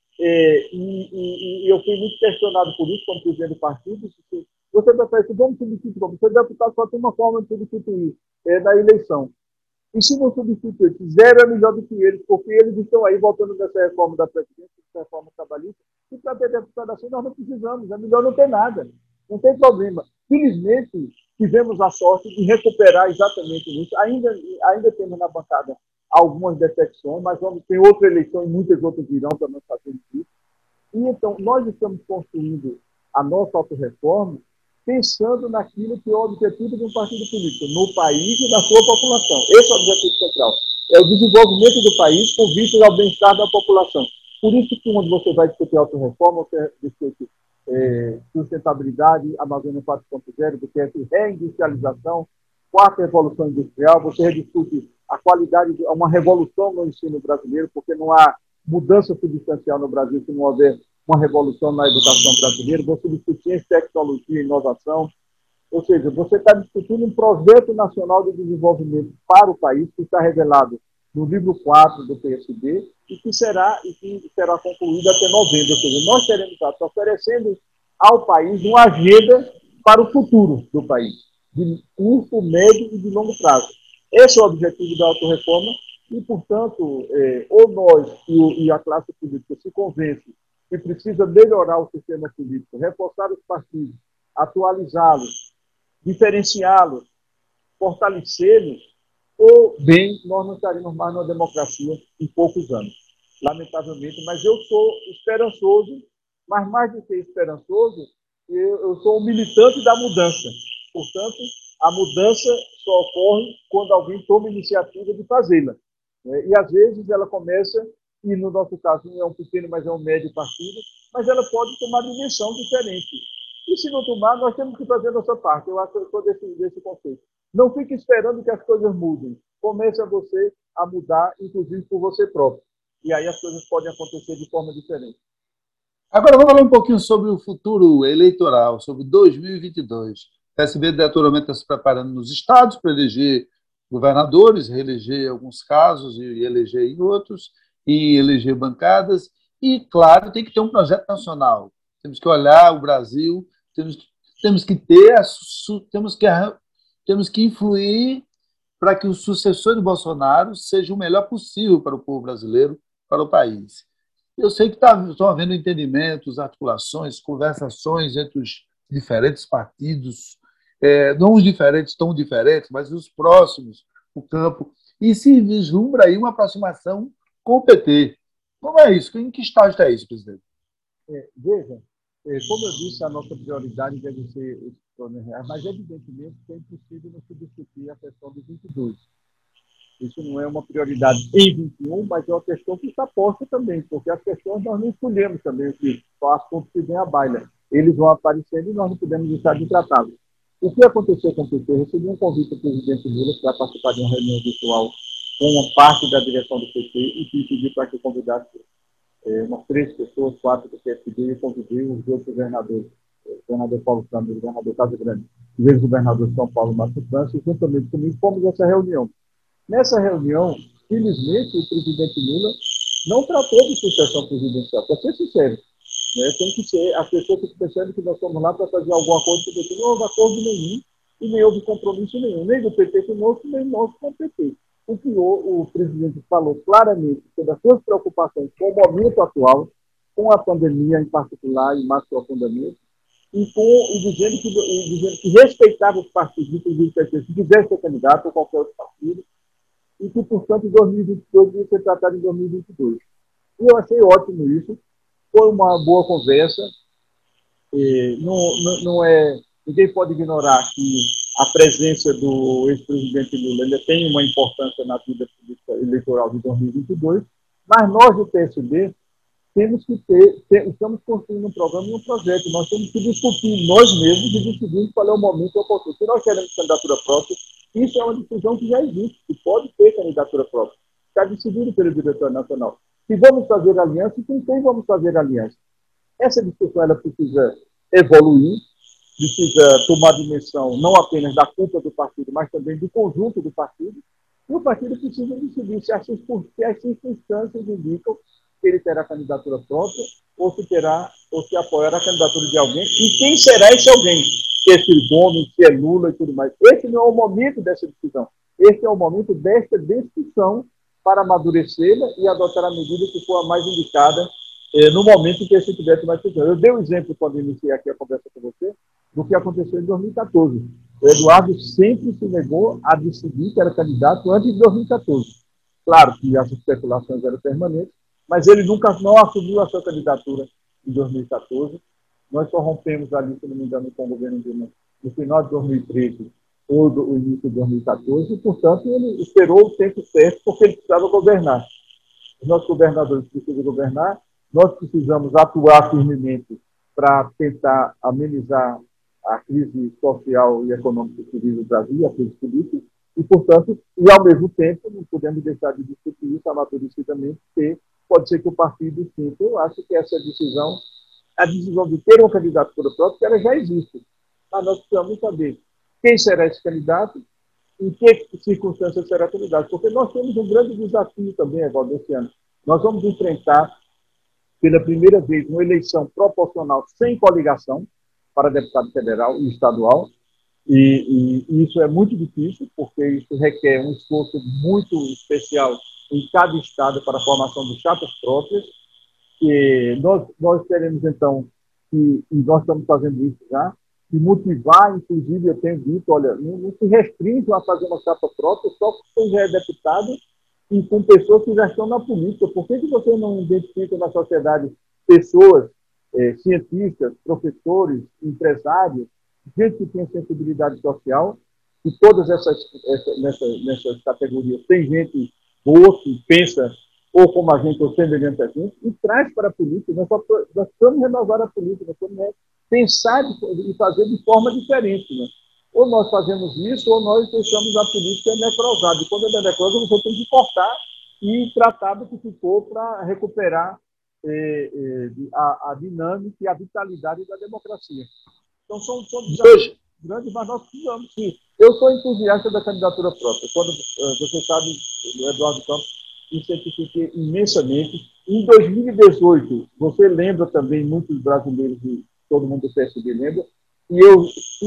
eh, e, e, e eu fui muito questionado por isso, como presidente do partido. Você vai falar, vamos substituir, você deputado só tem uma forma de substituir, é da eleição. E se não substituir, zero é melhor do que eles, porque eles estão aí voltando dessa reforma da Previdência, dessa reforma trabalhista, e para ter deputado assim nós não precisamos, é melhor não ter nada, não tem problema. Felizmente, tivemos a sorte de recuperar exatamente isso. Ainda, ainda temos na bancada algumas decepções, mas vamos ter outra eleição e muitas outras virão para nós fazermos isso. E então, nós estamos construindo a nossa autorreforma pensando naquilo que é o objetivo de um partido político, no país e na sua população. Esse é o objetivo central. É o desenvolvimento do país com vista ao bem-estar da população. Por isso que quando você vai discutir autorreforma, você discute é, sustentabilidade, Amazônia quatro ponto zero, você é reindustrialização, quarta revolução industrial, você discute a qualidade, de uma revolução no ensino brasileiro, porque não há mudança substancial no Brasil se não houver uma revolução na educação brasileira, você discute ciência, tecnologia e inovação, ou seja, você está discutindo um projeto nacional de desenvolvimento para o país, que está revelado no livro quatro do P S B, e que será, e que será concluído até novembro, ou seja, nós teremos estar oferecendo ao país uma agenda para o futuro do país, de curto, médio e de longo prazo. Esse é o objetivo da autorreforma, e, portanto, é, ou nós e, e a classe política se convencem que precisa melhorar o sistema político, reforçar os partidos, atualizá-los, diferenciá-los, fortalecê-los, ou bem, nós não estaremos mais numa democracia em poucos anos, lamentavelmente. Mas eu sou esperançoso, mas mais do que esperançoso, eu, eu sou um militante da mudança. Portanto, a mudança só ocorre quando alguém toma iniciativa de fazê-la. E, às vezes, ela começa, e no nosso caso não é um pequeno, mas é um médio partido, mas ela pode tomar dimensão diferente. E se não tomar, nós temos que fazer a nossa parte. Eu acho que eu sou desse, desse conceito. Não fique esperando que as coisas mudem. Comece a você a mudar, inclusive por você próprio. E aí as coisas podem acontecer de forma diferente. Agora vamos falar um pouquinho sobre o futuro eleitoral, sobre dois mil e vinte e dois. O P S B naturalmente está se preparando nos estados para eleger governadores, reeleger em alguns casos e eleger em outros, e eleger bancadas. E, claro, tem que ter um projeto nacional. Temos que olhar o Brasil, temos, temos que ter, a, temos que, temos que influir para que o sucessor de Bolsonaro seja o melhor possível para o povo brasileiro, para o país. Eu sei que tá, estão havendo entendimentos, articulações, conversações entre os diferentes partidos, é, não os diferentes tão diferentes, mas os próximos, o campo, e se vislumbra aí uma aproximação com o P T. Como é isso? Em que estágio está isso, presidente? É, veja, é, como eu disse, a nossa prioridade deve ser esse plano real, mas evidentemente que é impossível não se discutir a questão de vinte e dois. Isso não é uma prioridade em vinte e um, mas é uma questão que está posta também, porque as questões nós não escolhemos também, que são assuntos que vêm à baila. Eles vão aparecendo e nós não podemos deixar de tratá-los. O que aconteceu com o P T? Eu recebi um convite do presidente Lula para participar de uma reunião virtual com uma parte da direção do P T e pedi para que convidasse é, umas três pessoas, quatro do P S B, e convidei os dois governadores, o governador Paulo Câmara e o governador Casa Grande, e o governador de São Paulo, Márcio França, e juntamente comigo fomos a essa reunião. Nessa reunião, felizmente, o presidente Lula não tratou de sucessão presidencial, para ser sincero. Né? Tem que ser, as pessoas que percebem que nós estamos lá para fazer alguma coisa com o P T. Não houve acordo nenhum e nem houve compromisso nenhum, nem do P T conosco, nem nosso com o P T. O que o, o presidente falou claramente sobre as suas preocupações com o momento atual, com a pandemia em particular e mais profundamente, e, com, e, dizendo que, e dizendo que respeitava os partidos, inclusive o P T, se quisesse ser candidato ou qualquer outro partido, e que, portanto, em dois mil e vinte e dois devia ser tratado em dois mil e vinte e dois. E eu achei ótimo isso. Foi uma boa conversa. E não, não, não é, ninguém pode ignorar que a presença do ex-presidente Lula ele tem uma importância na vida política eleitoral de dois mil e vinte e dois, mas nós do P S B temos que ter, ter, estamos construindo um programa e um projeto. Nós temos que discutir nós mesmos e decidir qual é o momento oportuno. Se nós queremos candidatura própria, isso é uma decisão que já existe, que pode ter candidatura própria. Está decidido pelo diretor nacional. Se vamos fazer aliança, com quem vamos fazer aliança? Essa discussão ela precisa evoluir, precisa tomar dimensão não apenas da culpa do partido, mas também do conjunto do partido. E o partido precisa decidir se as circunstâncias indicam que ele terá candidatura própria ou se terá ou se apoiará a candidatura de alguém e quem será esse alguém, se é Ciro Gomes, se é Lula e tudo mais. Esse não é o momento dessa decisão. Esse é o momento desta discussão para amadurecê-la e adotar a medida que for a mais indicada eh, no momento em que esse tivesse mais decisão. Eu dei um exemplo quando iniciei aqui a conversa com você do que aconteceu em dois mil e quatorze. O Eduardo sempre se negou a decidir que era candidato antes de dois mil e quatorze. Claro que as especulações eram permanentes, mas ele nunca não assumiu a sua candidatura em dois mil e quatorze. Nós só rompemos ali, se não me engano, com o governo Dilma no final de dois mil e treze ou do, o início de dois mil e quatorze, e, portanto, ele esperou o tempo certo porque ele precisava governar. Os nossos governadores precisam governar, nós precisamos atuar firmemente para tentar amenizar a crise social e econômica que vive o Brasil, a crise política, e, portanto, e ao mesmo tempo, não podemos deixar de discutir isso amadurecidamente, porque pode ser que o partido sinta. Eu acho que essa decisão, a decisão de ter uma candidatura própria, ela já existe. Mas nós precisamos saber quem será esse candidato, em que circunstâncias será candidato. Porque nós temos um grande desafio também, Evaldo, esse ano. Nós vamos enfrentar, pela primeira vez, uma eleição proporcional sem coligação para deputado federal e estadual. E, e isso é muito difícil, porque isso requer um esforço muito especial em cada estado para a formação de chapas próprias. E nós, nós teremos, então, e, e nós estamos fazendo isso já, e motivar, inclusive, eu tenho dito, olha, não, não se restringam a fazer uma chapa própria só porque você já é deputado e com pessoas que já estão na política. Por que, que você não identifica na sociedade pessoas, eh, cientistas, professores, empresários, gente que tem sensibilidade social, e todas essas, essa, nessas, nessas categorias tem gente boa que pensa ou como a gente, ou semelhante a gente, e traz para a política. Nós, só, nós precisamos renovar a política, nós precisamos pensar e fazer de forma diferente. Né? Ou nós fazemos isso, ou nós deixamos a política necrosada. E quando é necrosa, você tem que cortar e tratar do que ficou para recuperar eh, eh, a, a dinâmica e a vitalidade da democracia. Então, são, são desafios grandes, mas nós precisamos, sim. Eu sou entusiasta da candidatura própria. Quando você sabe, o Eduardo Campos, me certifiquei imensamente. Em dois mil e dezoito, você lembra também, muitos brasileiros, e todo mundo do P S B lembra, e eu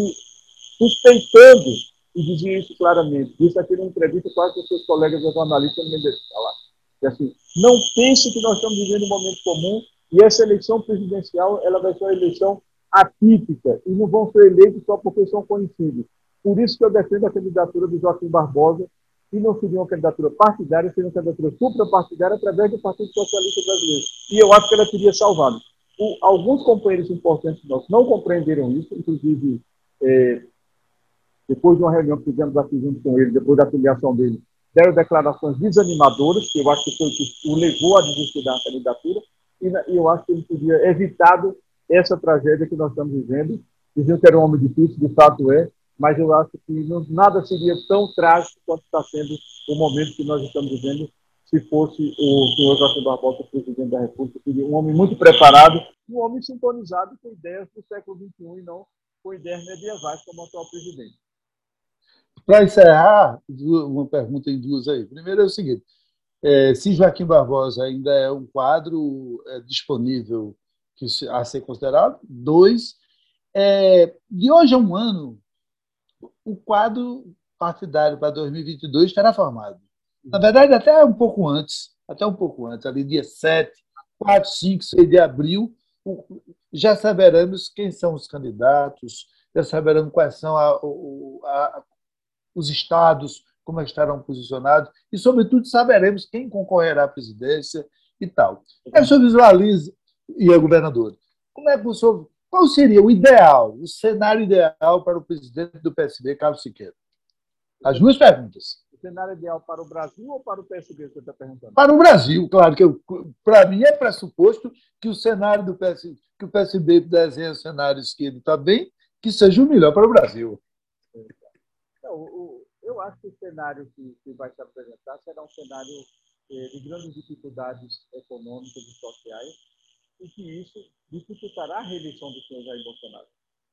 sustentando, e dizia isso claramente, disse aqui numa entrevista quase com seus colegas jornalistas, não me deixam falar. E assim, não pense que nós estamos vivendo um momento comum, e essa eleição presidencial ela vai ser uma eleição atípica, e não vão ser eleitos só porque são conhecidos. Por isso que eu defendo a candidatura do Joaquim Barbosa, que não seria uma candidatura partidária, seria uma candidatura suprapartidária através do Partido Socialista Brasileiro. E eu acho que ela teria salvado. O, alguns companheiros importantes nossos não compreenderam isso, inclusive, é, depois de uma reunião que fizemos aqui junto com ele, depois da filiação dele, deram declarações desanimadoras, que eu acho que foi o que o levou a desistir da candidatura, e, e eu acho que ele teria evitado essa tragédia que nós estamos vivendo. Diziam que era um homem difícil, de fato é, mas eu acho que não, nada seria tão trágico quanto está sendo o momento que nós estamos vivendo se fosse o senhor Joaquim Barbosa, presidente da República. Seria um homem muito preparado, um homem sintonizado com ideias do século vinte e um e não com ideias medievais como o atual presidente. Para encerrar, uma pergunta em duas aí. Primeiro é o seguinte, é, se Joaquim Barbosa ainda é um quadro é, disponível que a ser considerado. Dois, é, de hoje a um ano, o quadro partidário para dois mil e vinte e dois estará formado. Na verdade, até um pouco antes, até um pouco antes, ali dia sete, quatro, cinco, seis de abril, já saberemos quem são os candidatos, já saberemos quais são a, a, os estados, como estarão posicionados, e, sobretudo, saberemos quem concorrerá à presidência e tal. Aí o senhor visualiza, e a governadora, como é que o senhor, qual seria o ideal, o cenário ideal para o presidente do P S B, Carlos Siqueira? As duas perguntas. O cenário ideal para o Brasil ou para o P S B, que você está perguntando? Para o Brasil, claro, que para mim é pressuposto que o cenário do P S B, que o P S B desenha o cenário esquerdo está bem, que seja o melhor para o Brasil. Então, o, eu acho que o cenário que, que vai se apresentar será um cenário eh, de grandes dificuldades econômicas e sociais, e que isso dificultará a reeleição do senhor Jair Bolsonaro.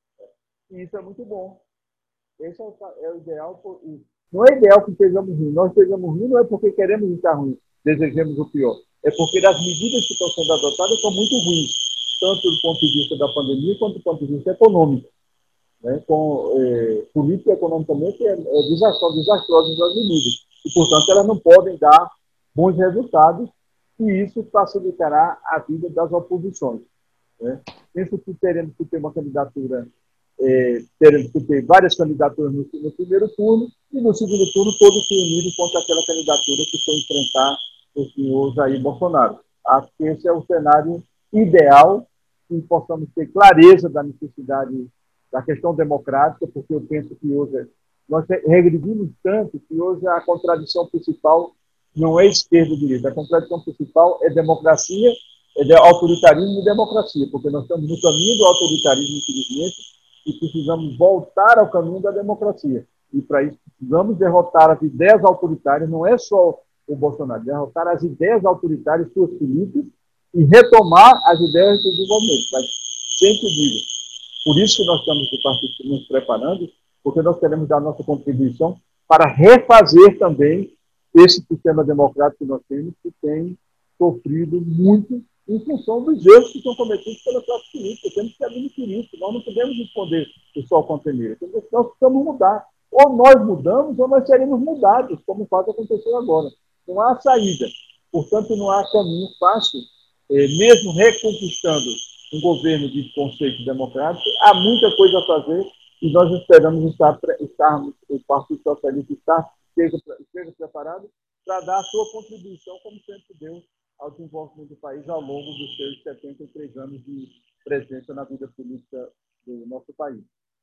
E isso é muito bom. Esse é o, é o ideal. Por, não é ideal que estejamos ruins. Nós estejamos ruins não é porque queremos estar ruins, desejamos o pior. É porque as medidas que estão sendo adotadas são muito ruins, tanto do ponto de vista da pandemia quanto do ponto de vista econômico. Né? Com, é, política e economicamente é, é desastrosa, desastrosas as medidas. E, portanto, elas não podem dar bons resultados, e isso facilitará a vida das oposições. Né? Penso que teremos que ter uma candidatura, é, teremos que ter várias candidaturas no, no primeiro turno, e no segundo turno todos se unirem contra aquela candidatura que for enfrentar o senhor Jair Bolsonaro. Acho que esse é o cenário ideal, que possamos ter clareza da necessidade da questão democrática, porque eu penso que hoje nós regredimos tanto que hoje a contradição principal não é esquerda e direita, a contradição principal é democracia, é de autoritarismo e democracia, porque nós estamos no caminho do autoritarismo, infelizmente, e precisamos voltar ao caminho da democracia. E para isso precisamos derrotar as ideias autoritárias, não é só o Bolsonaro, derrotar as ideias autoritárias, suas políticas, e retomar as ideias do desenvolvimento. Mas sempre digo, por isso que nós estamos no partido nos preparando, porque nós queremos dar nossa contribuição para refazer também esse sistema democrático que nós temos, que tem sofrido muito em função dos erros que são cometidos pela classe política. Temos que admitir isso. Nós não podemos esconder o sol com a peneira. Nós precisamos mudar. Ou nós mudamos, ou nós seremos mudados, como faz acontecer agora. Não há saída. Portanto, não há caminho fácil, eh, mesmo reconquistando um governo de conceito democrático, há muita coisa a fazer, e nós esperamos estar, estarmos, o Partido Socialista estar, esteja, esteja preparado para dar a sua contribuição, como sempre deu, ao desenvolvimento do país ao longo dos seus setenta e três anos de presença na vida política do nosso país.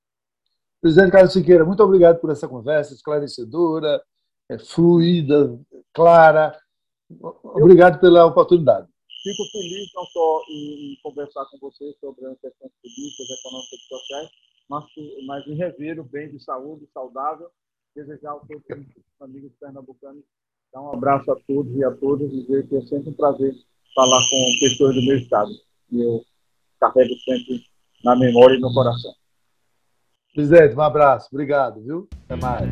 Presidente Carlos Siqueira, muito obrigado por essa conversa esclarecedora, é, fluida, clara. Obrigado pela oportunidade. Fico feliz não só em, em conversar com vocês sobre as questões políticas, econômicas e sociais, mas, mas em rever o bem de saúde saudável. Desejar a todos os amigos pernambucanos, dar um abraço a todos e a todas, e dizer que é sempre um prazer falar com pessoas do meu estado. E eu carrego sempre na memória e no coração. Presidente, um abraço. Obrigado, viu? Até mais.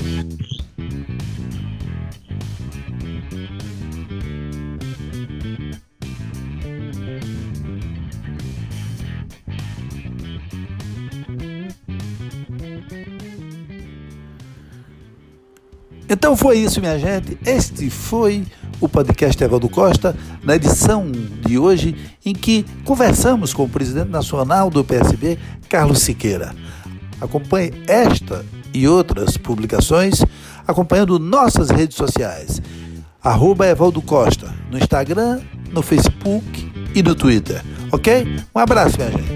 Então foi isso, minha gente. Este foi o podcast Evaldo Costa, na edição de hoje, em que conversamos com o presidente nacional do P S B, Carlos Siqueira. Acompanhe esta e outras publicações acompanhando nossas redes sociais. Arroba Evaldo Costa, no Instagram, no Facebook e no Twitter. Ok? Um abraço, minha gente.